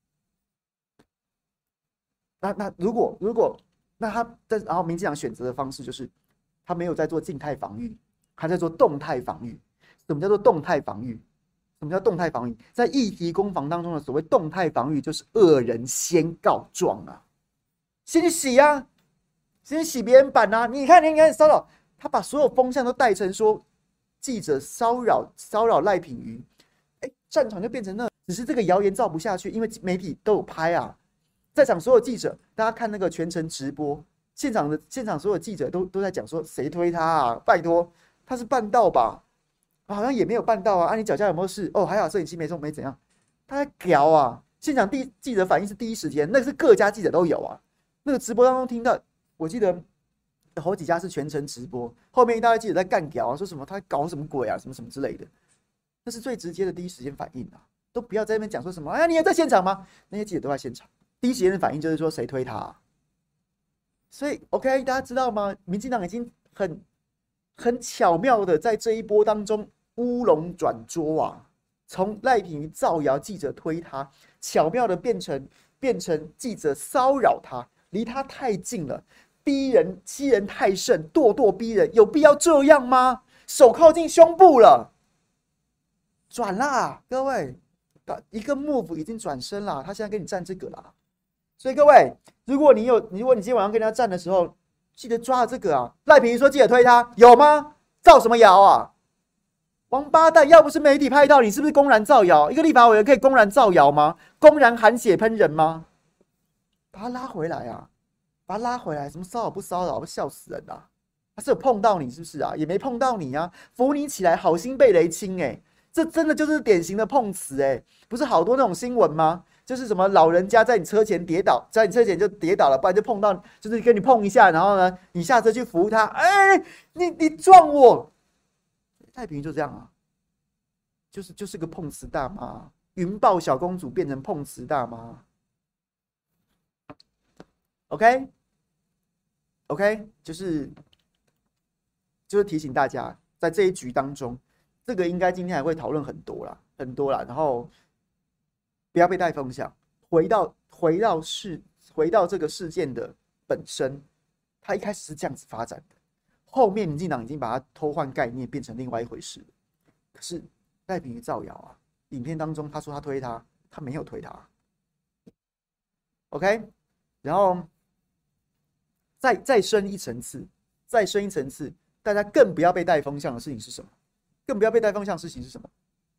那那如果如果那他但然后民进党选择的方式就是，他没有在做静态防御，他在做动态防御。什么叫做动态防御？什么叫动态防御？在议题攻防当中的所谓动态防御，就是恶人先告状啊，先去洗啊，先去洗别人版啊。你看，你看骚扰，他把所有风向都带成说记者骚扰骚扰赖品妤，哎，战场就变成那，只是这个谣言造不下去，因为媒体都有拍啊，在场所有记者，大家看那个全程直播，现场的现场所有记者都都在讲说谁推他啊，拜托，他是办到吧？好像也没有办到啊！啊，你脚下有没有事？哦，还好摄影机没中，没怎样。他在屌啊！现场第记者反应是第一时间，那是各家记者都有啊。那个直播当中听到，我记得好几家是全程直播，后面一大堆记者在干屌啊，说什么他搞什么鬼啊，什么什么之类的。那是最直接的第一时间反应啊！都不要在那边讲说什么，哎呀，你也在现场吗？那些记者都在现场，第一时间的反应就是说谁推他、啊。所以 ，OK， 大家知道吗？民进党已经很很巧妙的在这一波当中。乌龙转拙啊！从赖品妤造谣记者推他，巧妙的变成变成记者骚扰他，离他太近了，逼人欺人太甚，咄咄逼人，有必要这样吗？手靠近胸部了，转啦，各位，一个 move 已经转身啦，他现在跟你站这个啦，所以各位，如果你有，如果你今天晚上跟人家站的时候，记得抓了这个啊！赖品妤说记者推他，有吗？造什么谣啊？王八蛋！要不是媒体拍到你，是不是公然造谣？一个立法委员可以公然造谣吗？公然含血喷人吗？把他拉回来啊！把他拉回来！什么骚扰不骚扰？笑死人啊！他是有碰到你是不是啊？也没碰到你啊！扶你起来，好心被雷侵哎、欸！这真的就是典型的碰瓷哎、欸！不是好多那种新闻吗？就是什么老人家在你车前跌倒，在你车前就跌倒了，不然就碰到，就是跟你碰一下，然后呢，你下车去扶他，哎、欸，你你撞我！赖品妤就这样啊，就是就是个碰瓷大妈，云豹小公主变成碰瓷大妈。OK OK， 就是就是提醒大家，在这一局当中，这个应该今天还会讨论很多啦，很多啦，然后不要被带风向，回到回到事回到这个事件的本身，它一开始是这样子发展的。后面民进党已经把它偷换概念，变成另外一回事了。可是赖品妤造谣啊，影片当中他说他推他，他没有推他。OK， 然后再再深一层次，再深一层次，大家更不要被带风向的事情是什么？更不要被带风向的事情是什么？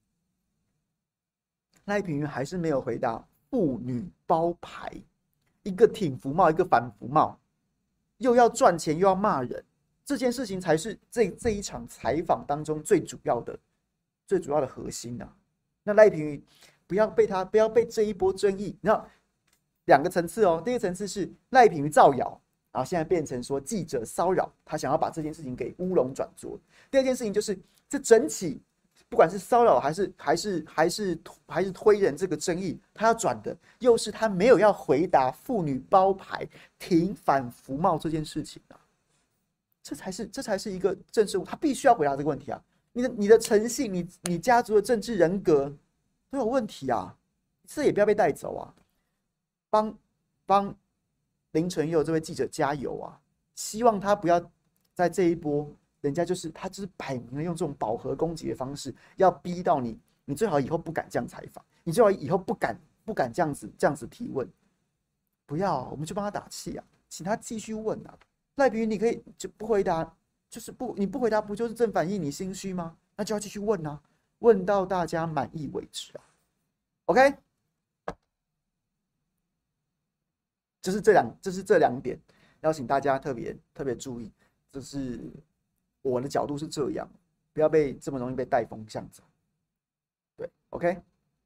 赖品妤还是没有回答妇女包牌，一个挺服贸，一个反服贸，又要赚钱又要骂人。这件事情才是这这一场采访当中最主要的、最主要的核心啊！那赖品妤不要被他不要被这一波争议，你知道两个层次哦。第一个层次是赖品妤造谣，然后现在变成说记者骚扰，他想要把这件事情给乌龙转拙。第二件事情就是这整起不管是骚扰还是还是还是还是推人这个争议，他要转的又是他没有要回答妇女包牌停反服贸这件事情啊。这才是这才是一个政治，他必须要回答这个问题啊！你的你的诚信，你你家族的政治人格都有问题啊！这也不要被带走啊！帮帮林承佑这位记者加油啊！希望他不要在这一波，人家就是他就是摆明了用这种饱和攻击的方式，要逼到你，你最好以后不敢这样采访，你最好以后不敢不敢这样子这样子提问，不要，我们就帮他打气啊，请他继续问啊！赖品妤，你可以就不回答，就是不你不回答，不就是正反映你心虚吗？那就要继续问啊，问到大家满意为止啊。OK， 就是这两，就是这两点，邀请大家特别特别注意，就是我的角度是这样，不要被这么容易被带风向走。对 ，OK。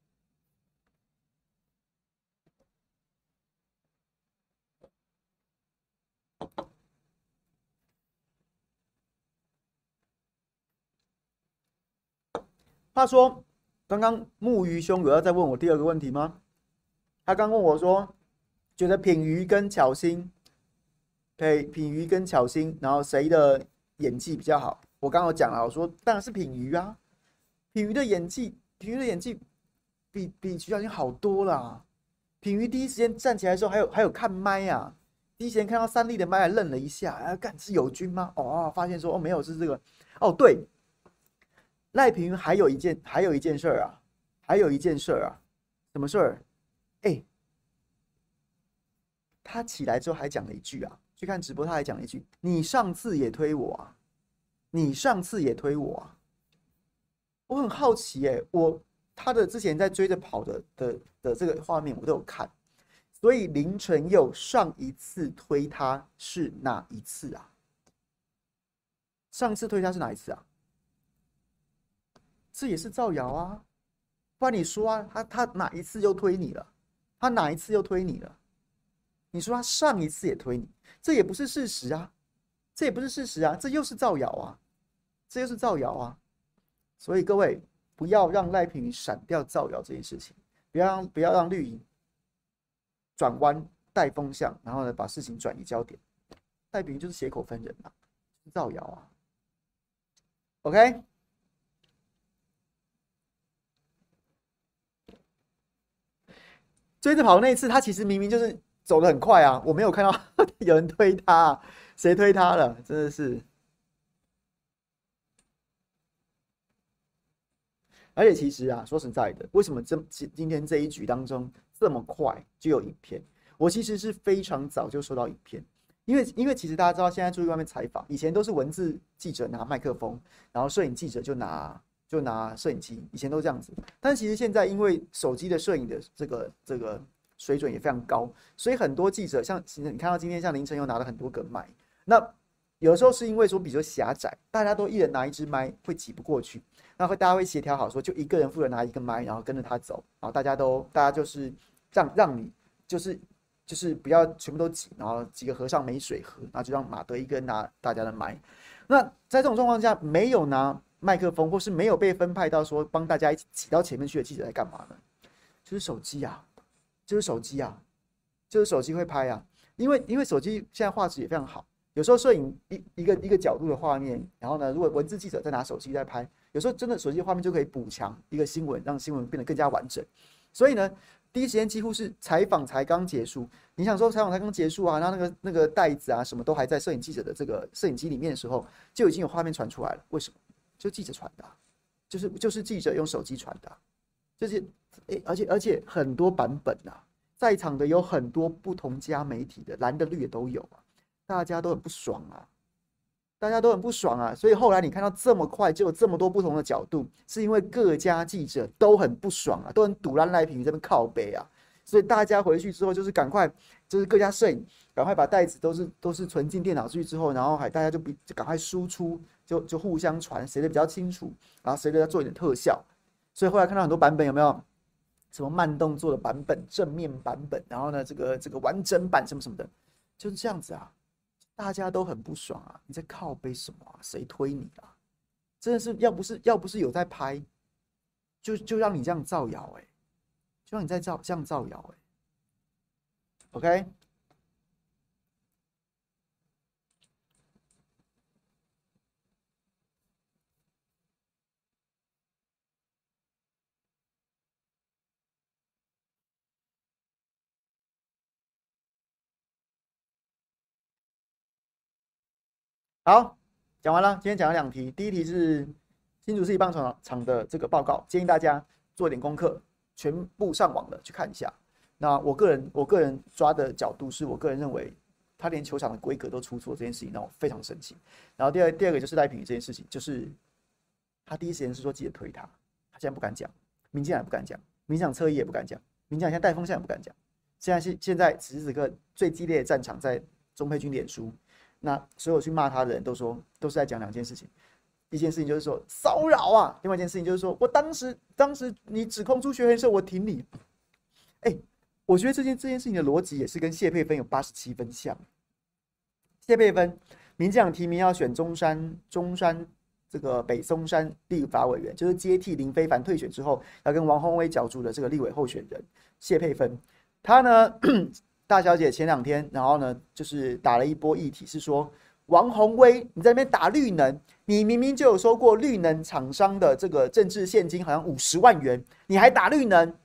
话说，刚刚木鱼兄有要再问我第二个问题吗？他刚问我说，觉得品妤跟巧芯，对，品妤跟巧芯，然后谁的演技比较好？我刚刚有讲了，我说当然是品妤啊，品妤的演技，品妤的演技比比徐小新好多啦。品瑜第一时间站起来的时候，还有还有看麦啊，第一时间看到三立的麦，还愣了一下，啊，干是友军吗？哦，发现说哦没有，是这个。哦对，赖品瑜还有一件还有一件事儿啊，还有一件事儿啊，什么事儿？哎，他起来之后还讲了一句啊，去看直播他还讲了一句：“你上次也推我啊，你上次也推我啊。”我很好奇耶、欸，我他的之前在追着跑的的的这个画面我都有看，所以林承佑上一次推他是哪一次啊？上次推他是哪一次啊？这也是造谣啊！不然你说啊，他他哪一次又推你了？他哪一次又推你了？你说他上一次也推你，这也不是事实啊，这也不是事实啊，这又是造谣啊，这又是造谣啊！所以各位不要让赖品妤闪掉造谣这件事情，不要让不要让绿营转弯带风向，然后呢把事情转移焦点。赖品妤就是血口喷人啊，造谣啊。OK， 追着跑那一次，他其实明明就是走得很快啊，我没有看到有人推他、啊，谁推他了？真的是。而且其实啊，说实在的，为什么这今天这一局当中这么快就有影片？我其实是非常早就收到影片，因为因为其实大家知道，现在出去外面采访，以前都是文字记者拿麦克风，然后摄影记者就拿就拿摄影机，以前都这样子。但其实现在因为手机的摄影的这个这个水准也非常高，所以很多记者像你看到今天像林承佑拿了很多个麦，那有的时候是因为说比较狭窄，大家都一人拿一支麦会挤不过去。那会大家会协调好说，就一个人负责拿一个麦，然后跟着他走，然后大家都大家就是让让你就是就是不要全部都挤，然后几个和尚没水喝，然后就让马德一个人拿大家的麦。那在这种状况下，没有拿麦克风，或是没有被分派到说帮大家一起挤到前面去的记者在干嘛呢？就是手机啊，就是手机啊，就是手机会拍啊，因为因为手机现在画质也非常好。有时候摄影一一个一个角度的画面，然后呢，如果文字记者在拿手机在拍，有时候真的手机画面就可以补强一个新闻，让新闻变得更加完整。所以呢，第一时间几乎是采访才刚结束，你想说采访才刚结束啊，然后那个那个袋子啊什么都还在摄影记者的这个摄影机里面的时候，就已经有画面传出来了。为什么？就记者传的、啊，就是就是记者用手机传的、啊，就是、欸、而且而且很多版本啊，在场的有很多不同家媒体的，蓝的绿的都有啊。大家都很不爽啊，大家都很不爽啊，所以后来你看到这么快就有这么多不同的角度，是因为各家记者都很不爽啊，都很堵烂赖品妤这边靠北啊，所以大家回去之后就是赶快，就是各家摄影赶快把袋子都是都是存进电脑去之后，然后还大家就比就赶快输出，就就互相传谁的比较清楚，然后谁的要做一点特效，所以后来看到很多版本有没有？什么慢动作的版本、正面版本，然后呢这个这个完整版什么什么的，就是这样子啊。大家都很不爽啊！你在靠背什么啊？谁推你啊？真的是要不是要不是有在拍，就就让你这样造谣哎，就让你在造这样造谣哎。OK， 好，讲完了。今天讲了两题，第一题是新竹市立棒球场的这个报告，建议大家做点功课，全部上网的去看一下。那我个人我个人抓的角度是我个人认为，他连球场的规格都出错这件事情让我非常生气。然后第二第二个就是赖品妤这件事情，就是他第一时间是说记者推他，他现在不敢讲，民进党也不敢讲，民进党侧翼也不敢讲，民进党现在带风向也不敢讲。现在是现在此时此刻最激烈的战场在钟佩君脸书。那所有去骂他的人都说，都是在讲两件事情，一件事情就是说骚扰啊，另外一件事情就是说我当时当时你指控朱学恒的时候，我挺你。哎、欸，我觉得这件这件事情的逻辑也是跟谢佩芬有八十七分像。谢佩芬，民进党提名要选中山中山这个北松山立法委员，就是接替林非凡退选之后，要跟王宏威角逐的这个立委候选人谢佩芬，他呢。大小姐前两天，然后呢，就是打了一波议题，是说王宏威你在那边打绿能，你明明就有收过绿能厂商的这个政治现金，好像五十万元，你还打绿能，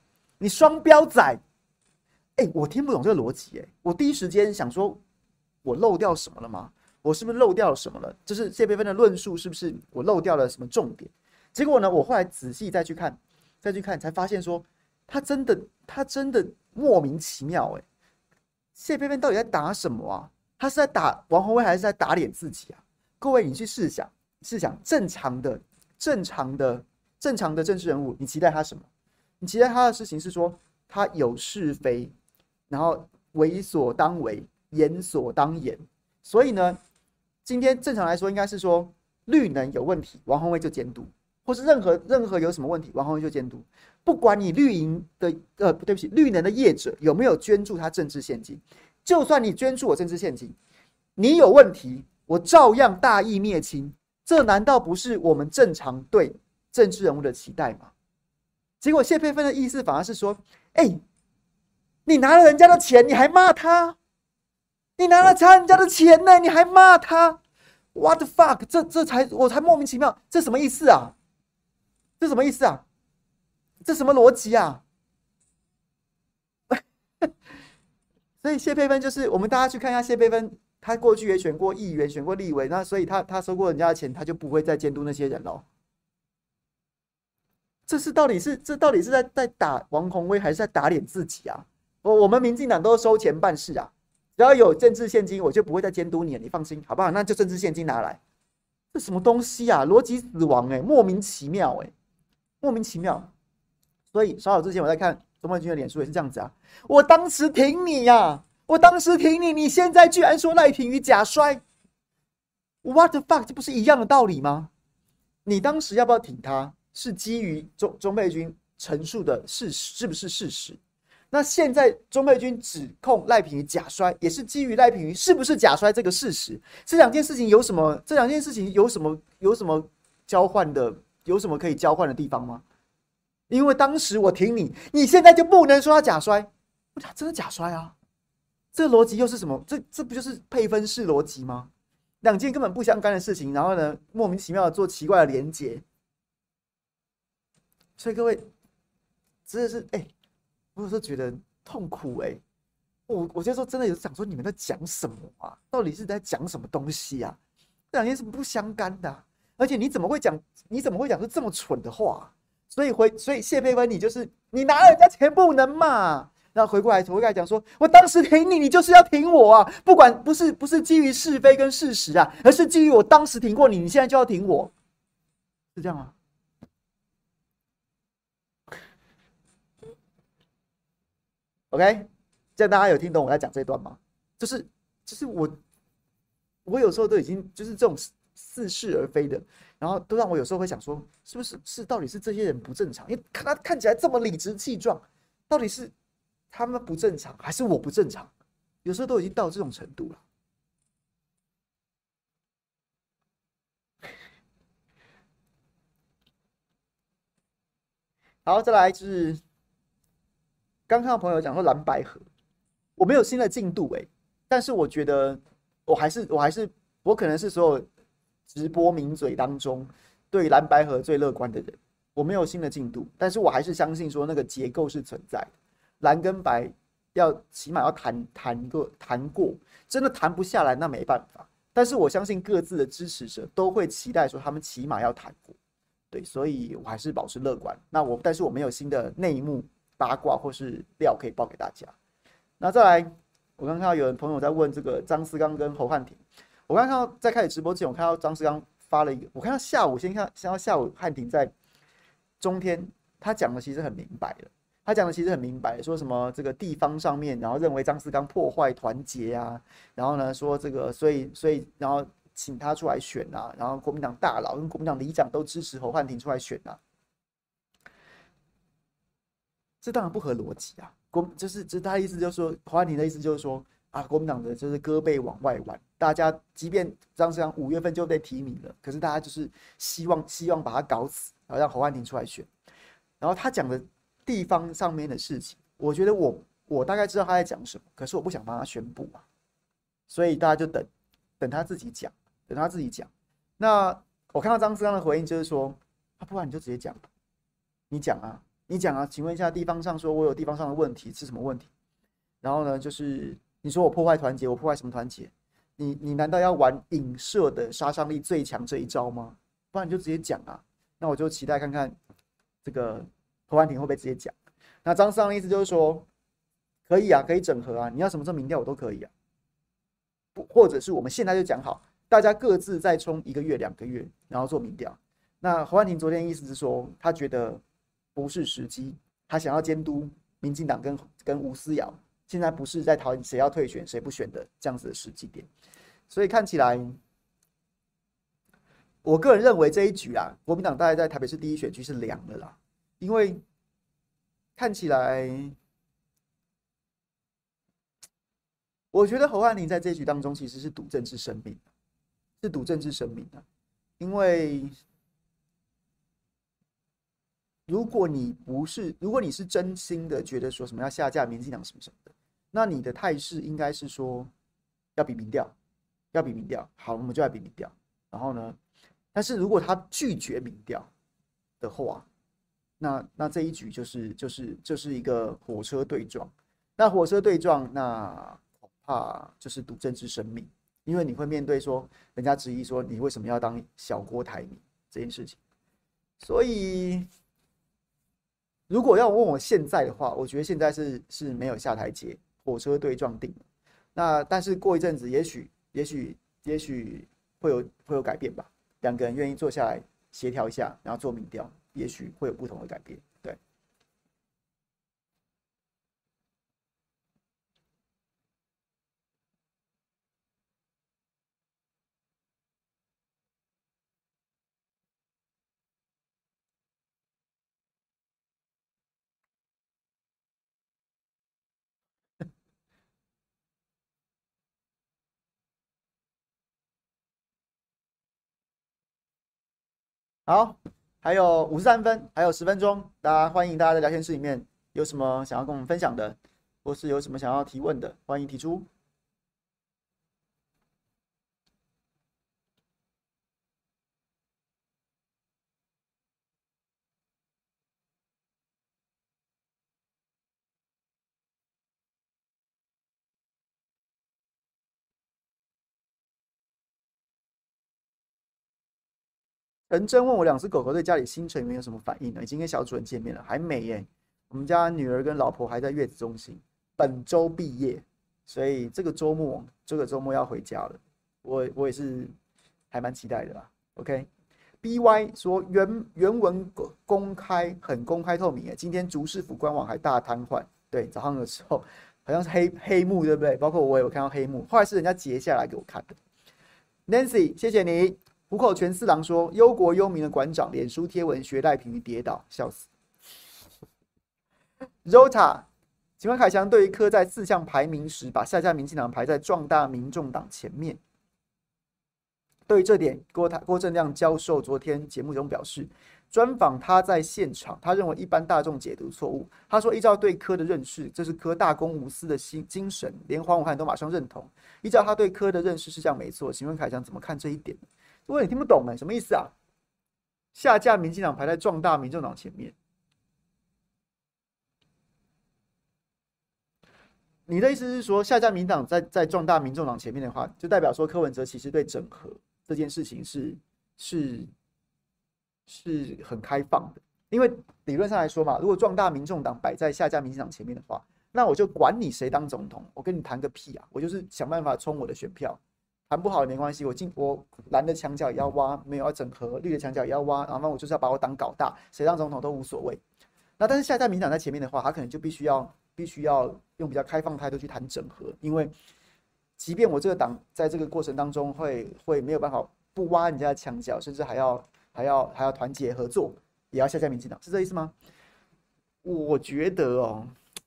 你双标仔，哎、欸，我听不懂这个逻辑，哎，我第一时间想说，我漏掉什么了吗？我是不是漏掉了什么了？就是谢佩芬的论述是不是我漏掉了什么重点？结果呢，我后来仔细再去看，再去看，才发现说，他真的，他真的莫名其妙，哎，谢佩芬到底在打什么啊？他是在打王宏威，还是在打脸自己啊？各位，你去试想，试想正常的、正常的、正常的政治人物，你期待他什么？你期待他的事情是说，他有是非，然后为所当为，言所当言。所以呢，今天正常来说，应该是说绿能有问题，王宏威就监督，或是任何任何有什么问题，王宏威就监督。不管你绿营的呃，对不起，绿能的业者有没有捐助他政治现金，就算你捐助我政治现金，你有问题，我照样大义灭亲。这难道不是我们正常对政治人物的期待吗？结果谢佩芬的意思反而是说，哎、欸，你拿了人家的钱，你还骂他？你拿了人家的钱呢，你还骂他 ？What the fuck？ 这这才我才莫名其妙，这什么意思啊？这什么意思啊？这什么逻辑啊？所以谢佩芬就是我们大家去看一下谢佩芬，他过去也选过议员，选过立委，那所以他他收过人家的钱，他就不会再监督那些人喽。这是到底是这到底是在在打王宏威，还是在打脸自己啊？我我们民进党都收钱办事啊，只要有政治现金，我就不会再监督你了，你放心好不好？那就政治现金拿来，这什么东西啊？逻辑死亡哎、欸，莫名其妙哎、欸，莫名其妙。所以稍早之前我在看钟佩君的脸书也是这样子啊，我当时挺你呀、啊，我当时挺你，你现在居然说赖品妤假摔 ，what the fuck？ 这不是一样的道理吗？你当时要不要挺他，是基于钟钟佩君陈述的事实是不是事实？那现在钟佩君指控赖品妤假摔，也是基于赖品妤是不是假摔这个事实。这两件事情有什么？这两件事情有什么有什么交换的？有什么可以交换的地方吗？因为当时我挺你，你现在就不能说他假摔，他真的假摔啊！这个逻辑又是什么？这这不就是配分式逻辑吗？两件根本不相干的事情，然后呢，莫名其妙的做奇怪的连结。所以各位，真的是哎、欸，我有时候觉得痛苦哎、欸。我我就说真的有想说你们在讲什么啊？到底是在讲什么东西啊？这两件事不相干的、啊，而且你怎么会讲？你怎么会讲出这么蠢的话、啊？所以回，所以谢佩芬，你就是你拿了人家钱不能嘛？然后回过来，回过来讲说，我当时挺你，你就是要挺我啊！不管不是不是基于是非跟事实啊，而是基于我当时挺过你，你现在就要挺我，是这样吗 ？OK， 这样大家有听懂我在讲这段吗？就是就是我我有时候都已经就是这种似是而非的。然后都让我有时候会想说，是不是是到底是这些人不正常？因为看他看起来这么理直气壮，到底是他们不正常，还是我不正常？有时候都已经到这种程度了。好，再来就是刚看到朋友讲说蓝白合，我没有新的进度哎、欸，但是我觉得我还是我还是我可能是所有直播名嘴当中对蓝白合最乐观的人。我没有新的进度，但是我还是相信说那个结构是存在的，蓝跟白要起码要谈谈过谈过，真的谈不下来那没办法。但是我相信各自的支持者都会期待说他们起码要谈过，对，所以我还是保持乐观。那我但是我没有新的内幕八卦或是料可以报给大家。那再来，我刚看到有人朋友在问这个张思刚跟侯汉廷，我刚看到在开始直播之前，我看到张思刚发了一个，我看到下午先看，先到下午汉廷在中天，他讲的其实很明白了。他讲的其实很明白，说什么这个地方上面，然后认为张思刚破坏团结啊，然后呢说这个，所以所以然后请他出来选啊，然后国民党大佬跟国民党里长都支持侯汉廷出来选啊，这当然不合逻辑啊。国就是就是他的意思就是说，侯汉廷的意思就是说啊，国民党的就是胳膊往外弯，大家即便张思刚五月份就被提名了，可是大家就是希望希望把他搞死，然后让侯汉廷出来选，然后他讲的地方上面的事情，我觉得我我大概知道他在讲什么，可是我不想帮他宣布啊，所以大家就等等他自己讲，等他自己讲。那我看到张思刚的回应就是说，啊，不然你就直接讲，你讲啊， 你讲啊，请问一下，地方上说我有地方上的问题是什么问题？然后呢，就是你说我破坏团结，我破坏什么团结？你你难道要玩影射的杀伤力最强这一招吗？不然你就直接讲啊。那我就期待看看这个侯汉廷会不会直接讲。那张三的意思就是说，可以啊，可以整合啊，你要什么时候民调我都可以啊。或者是我们现在就讲好，大家各自再冲一个月、两个月，然后做民调。那侯汉廷昨天意思是说，他觉得不是时机，他想要监督民进党跟跟吴思瑶，现在不是在讨论谁要退选谁不选的这样子的时机点。所以看起来，我个人认为这一局啊，国民党大概在台北市第一选区是凉的啦，因为看起来，我觉得侯汉廷在这一局当中其实是赌政治生命，是赌政治生命的，因为如果你不是，如果你是真心的觉得说什么要下架民进党什么什么的，那你的态势应该是说要比民调，要比民调，好，我们就来比民调。然后呢，但是如果他拒绝民调的话，那那这一局就是就是就是一个火车对撞。那火车对撞，那恐怕就是赌政治生命，因为你会面对说人家质疑说你为什么要当小郭台铭这件事情。所以，如果要问我现在的话，我觉得现在是是没有下台阶，火车对撞定了。那但是过一阵子，也许也许也许会有会有改变吧。两个人愿意坐下来协调一下，然后做民调，也许会有不同的改变。对，好，还有五十三分，还有十分钟，大家欢迎大家在聊天室里面有什么想要跟我们分享的，或是有什么想要提问的，欢迎提出。陈真问我两只狗狗对家里新成员有什么反应呢？已经跟小主人见面了，还没耶。我们家女儿跟老婆还在月子中心，本周毕业，所以这个周末这个周末要回家了。我我也是还蛮期待的啦。OK，B Y 说原原文公开很公开透明诶，今天竹市府官网还大瘫痪。对，早上的时候好像是黑黑幕，对不对？包括我有看到黑幕，后来是人家截下来给我看的。Nancy，谢谢你。虎口全四郎说：“忧国忧民的馆长，脸书贴文学赖品妤跌倒，笑死。” Rota， 请问凯翔对于柯在四项排名时，把下架民进党排在壮大民众党前面，对于这点，郭郭正亮教授昨天节目中表示，专访他在现场，他认为一般大众解读错误。他说，依照对柯的认识，这是柯大公无私的精神，连黄武汉都马上认同。依照他对柯的认识是这样没错，请问凯翔怎么看这一点？如果你听不懂哎，什么意思啊？下架民进党排在壮大民众党前面，你的意思是说，下架民党在在壮大民众党前面的话，就代表说柯文哲其实对整合这件事情是是是很开放的，因为理论上来说嘛，如果壮大民众党摆在下架民进党前面的话，那我就管你谁当总统，我跟你谈个屁啊！我就是想办法冲我的选票。谈不好也没关系，我进我蓝的墙角也要挖，没有要整合，绿的墙角也要挖，然后我就是要把我党搞大，谁当总统都无所谓。那但是下在民党在前面的话，他可能就必须要必须要用比较开放态度去谈整合，因为即便我这个党在这个过程当中会会没有办法不挖人家的墙角，甚至还要还要还要团结合作，也要下架民进党，是这意思吗？我觉得哦，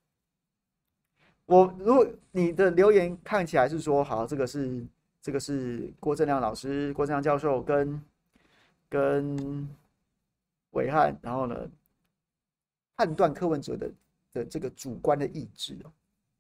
我如果你的留言看起来是说好，这个是。这个是郭正亮老师、郭正亮教授跟跟伟汉，然后呢，判断柯文哲的的这个主观的意志哦。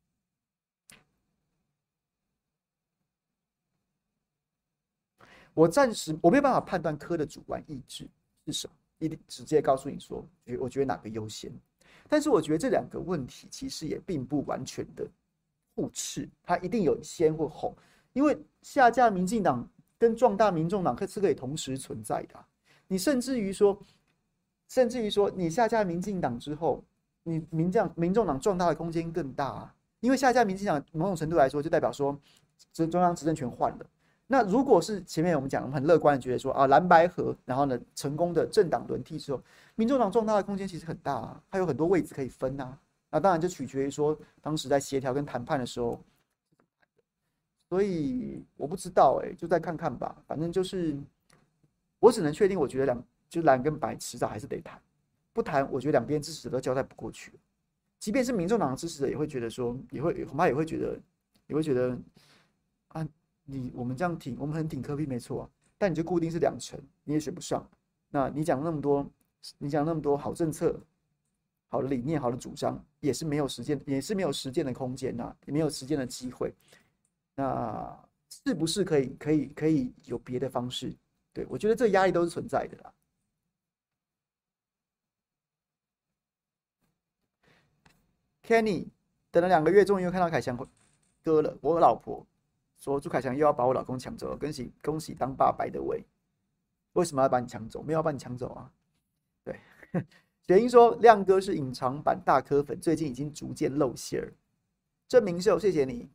我暂时我没有办法判断柯的主观意志是什么，一定直接告诉你说，我觉得哪个优先。 但是我觉得这两个问题其实也并不完全的互斥，它一定有先或后，因为下架民进党跟壮大民众党是可以同时存在的、啊。你甚至于说，甚至于说，你下架民进党之后，你民将民众党壮大的空间更大啊，因为下架民进党某种程度来说，就代表说中央执政权换了。那如果是前面我们讲，我们很乐观的觉得说啊蓝白合，然后呢成功的政党轮替之后，民众党壮大的空间其实很大啊，还有很多位置可以分啊。那当然就取决于说当时在协调跟谈判的时候，所以我不知道哎、欸，就再看看吧。反正就是我只能确定，我觉得两就蓝跟白迟早还是得谈，不谈我觉得两边支持者都交代不过去。即便是民众党的支持者也会觉得说，也会恐怕也会觉得，也会觉得啊。你我们这样挺，我们很挺柯 P 没错啊，但你就固定是两成，你也选不上。那你讲那么多，你讲那么多好政策、好的理念、好的主张，也是没有实践，也是没有实践的空间呐、啊，也没有实践的机会。那是不是可以可以可以有别的方式？对我觉得这压力都是存在的啦。Kenny 等了两个月，终于又看到凯翔哥了，我老婆。说朱凯翔又要把我老公抢走了，恭喜恭喜当爸白的位，为什么要把你抢走？没有要把你抢走啊？对，雪英说亮哥是隐藏版大科粉，最近已经逐渐露馅儿。郑明秀，谢谢你。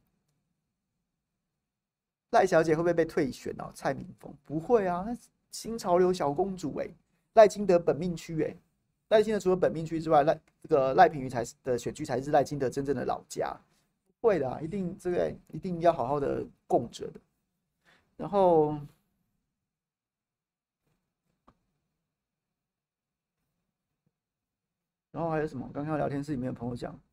赖小姐会不会被退选哦？蔡明峰不会啊，那新潮流小公主哎、欸，赖清德本命区哎、欸，赖清德除了本命区之外，赖这个赖品妤才的选区才是赖清德真正的老家。会的、啊，一定这个一定要好好的供着的。然后，然后还有什么？刚刚聊天室里面有朋友讲，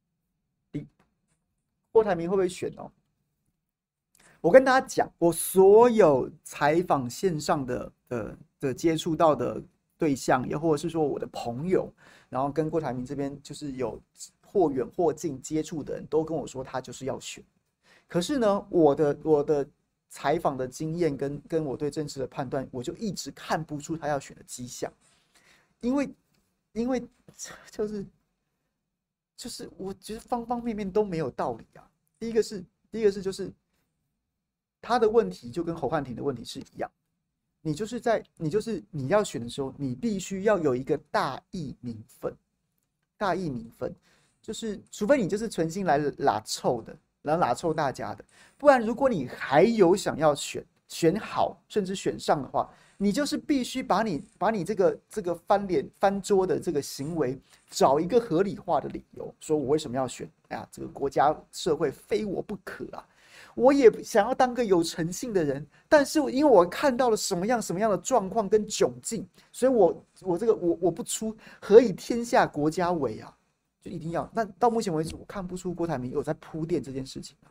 郭台铭会不会选哦？我跟大家讲，我所有采访线上的的的接触到的对象，也或者是说我的朋友，然后跟郭台铭这边就是有或远或近接触的人都跟我说，他就是要选。可是呢，我的我的采访的经验跟跟我对政治的判断，我就一直看不出他要选的迹象，因为因为就是就是我觉得方方面面都没有道理啊。第一个是第一个是就是他的问题就跟侯汉廷的问题是一样，你就是在你就是你要选的时候，你必须要有一个大义名分，大义名分就是除非你就是存心来拉臭的。然后拉臭大家的，不然如果你还有想要选选好，甚至选上的话，你就是必须把你把你这个这个翻脸翻桌的这个行为，找一个合理化的理由，说我为什么要选？哎呀，这个国家社会非我不可啊！我也想要当个有诚信的人，但是因为我看到了什么样什么样的状况跟窘境，所以我我这个我我不出，何以天下国家为啊？就一定要。那到目前为止，我看不出郭台铭有在铺垫这件事情啊。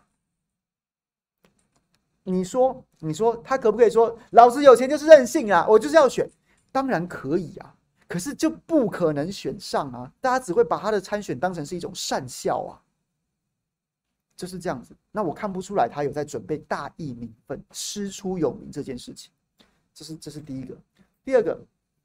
你说，你说他可不可以说，老子有钱就是任性啊，我就是要选？当然可以啊，可是就不可能选上啊。大家只会把他的参选当成是一种善笑啊，就是这样子。那我看不出来他有在准备大义名分、师出有名这件事情。这是这是第一个。第二个。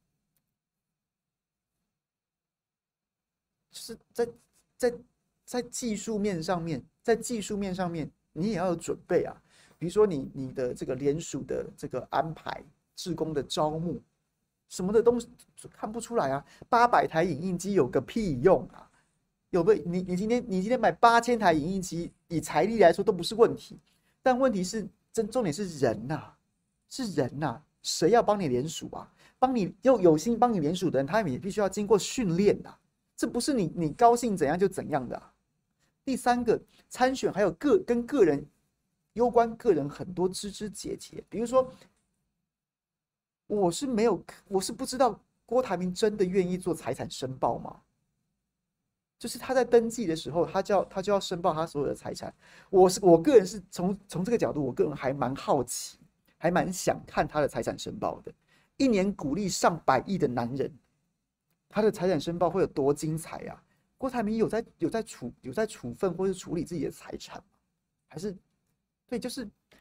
就是在在在技术面上面，在技术面上面，你也要有准备啊。比如说你你的这个联署的这个安排、志工的招募，什么的东西看不出来啊。八百台影印机有个屁用啊！有个你你今天你今天买八千台影印机，以财力来说都不是问题。但问题是，真重点是人呐、啊，是人呐、啊，谁要帮你联署啊？帮你又有心帮你联署的人，他也必须要经过训练呐。这不是你你高兴怎样就怎样的、啊。第三个参选还有个跟个人攸关个人很多枝枝节节，比如说，我是没有，我是不知道郭台铭真的愿意做财产申报吗？就是他在登记的时候，他就要他就要申报他所有的财产。我是我个人是从从这个角度，我个人还蛮好奇，还蛮想看他的财产申报的。一年股利上百亿的男人。他的财产申报会有多精彩啊？郭台铭有在有在处有在处分或是处理自己的财产吗？还是对，就是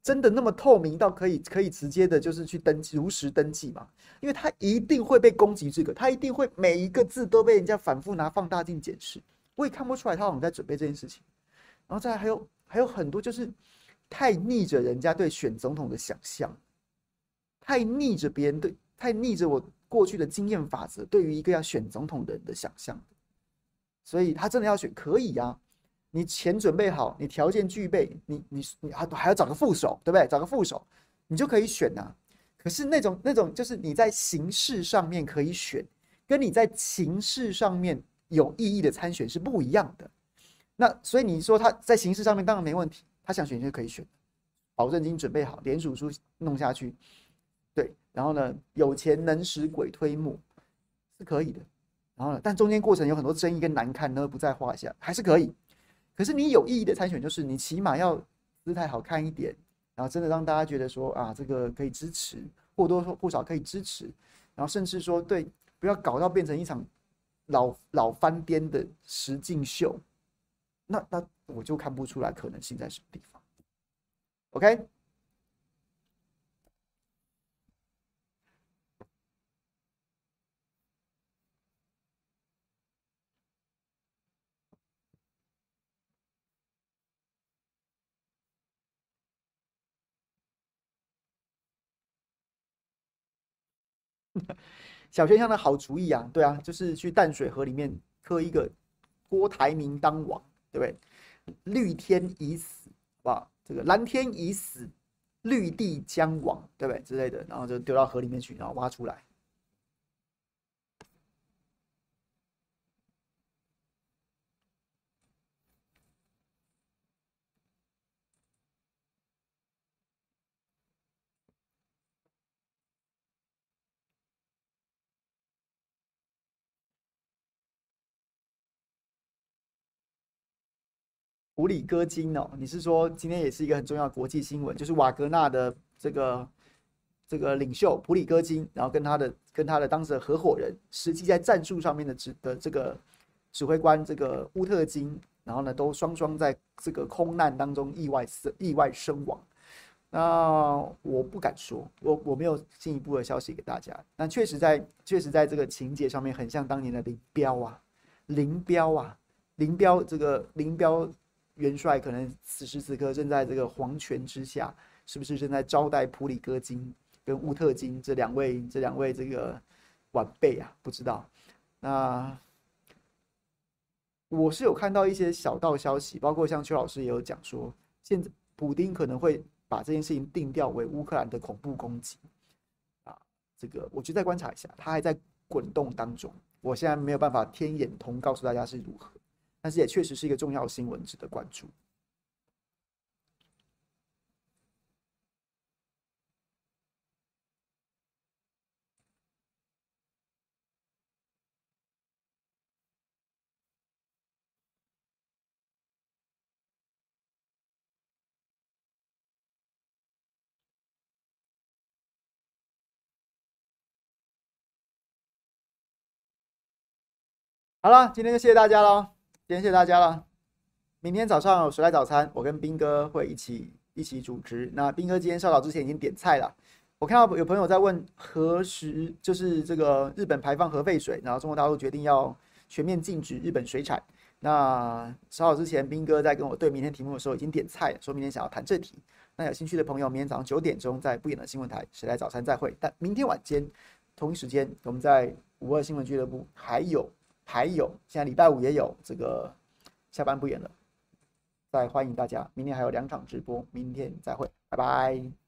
真的那么透明到可以可以直接的，就是去登记如实登记嘛？因为他一定会被攻击这个，他一定会每一个字都被人家反复拿放大镜检视。我也看不出来他好像在准备这件事情。然后再来还有还有很多就是太逆着人家对选总统的想象，太逆着别人对，太逆着我过去的经验法则对于一个要选总统的人的想象。所以他真的要选可以呀、啊，你钱准备好，你条件具备，你你你还还要找个副手，对不对？找个副手，你就可以选啊。可是那种那种就是你在形式上面可以选，跟你在情势上面有意义的参选是不一样的。那所以你说他在形式上面当然没问题，他想选就可以选，保证金准备好，联署书弄下去，对，然后呢，有钱能使鬼推磨，是可以的。然后呢，但中间过程有很多争议跟难看呢，不在话下，还是可以。可是你有意义的参选，就是你起码要姿态好看一点，然后真的让大家觉得说啊，这个可以支持，或多或少可以支持，然后甚至说对，不要搞到变成一场老老翻颠的实境秀，那那我就看不出来可能性在什么地方。OK。小学生的好主意啊，对啊，就是去淡水河里面刻一个郭台铭当王，对不对？绿天已死，好不好？这个蓝天已死，绿地将亡，对不对？之类的，然后就丢到河里面去，然后挖出来。普里戈金哦，你是说今天也是一个很重要的国际新闻，就是瓦格纳的这个这个领袖普里戈金，然后跟他的跟他的当时的合伙人，实际在战术上面的指的这个指挥官这个乌特金，然后呢都双双在这个空难当中意外死意外身亡。那我不敢说，我我没有进一步的消息给大家。但确实在确实在这个情节上面，很像当年的林彪啊，林彪啊，林彪这个林彪元帅可能此时此刻正在这个皇权之下，是不是正在招待普里戈金跟乌特金这两位这两位这个晚辈啊？不知道。那我是有看到一些小道消息，包括像邱老师也有讲说，现在普丁可能会把这件事情定调为乌克兰的恐怖攻击啊。这个我就再观察一下，他还在滚动当中，我现在没有办法天眼通告诉大家是如何。但是也确实是一个重要新闻，值得关注。好了，今天就谢谢大家了，今天谢谢大家了。明天早上有谁来早餐？我跟斌哥会一起一起主持。那斌哥今天稍早之前已经点菜了。我看到有朋友在问何时就是这个日本排放核废水，然后中国大陆决定要全面禁止日本水产。那稍早之前，斌哥在跟我对明天题目的时候已经点菜了，说明天想要谈这题。那有兴趣的朋友，明天早上九点钟在不演的新闻台谁来早餐再会。但明天晚间同一时间，我们在五二新闻俱乐部还有还有，现在礼拜五也有这个下班不演了。再欢迎大家，明天还有两场直播，明天再会，拜拜。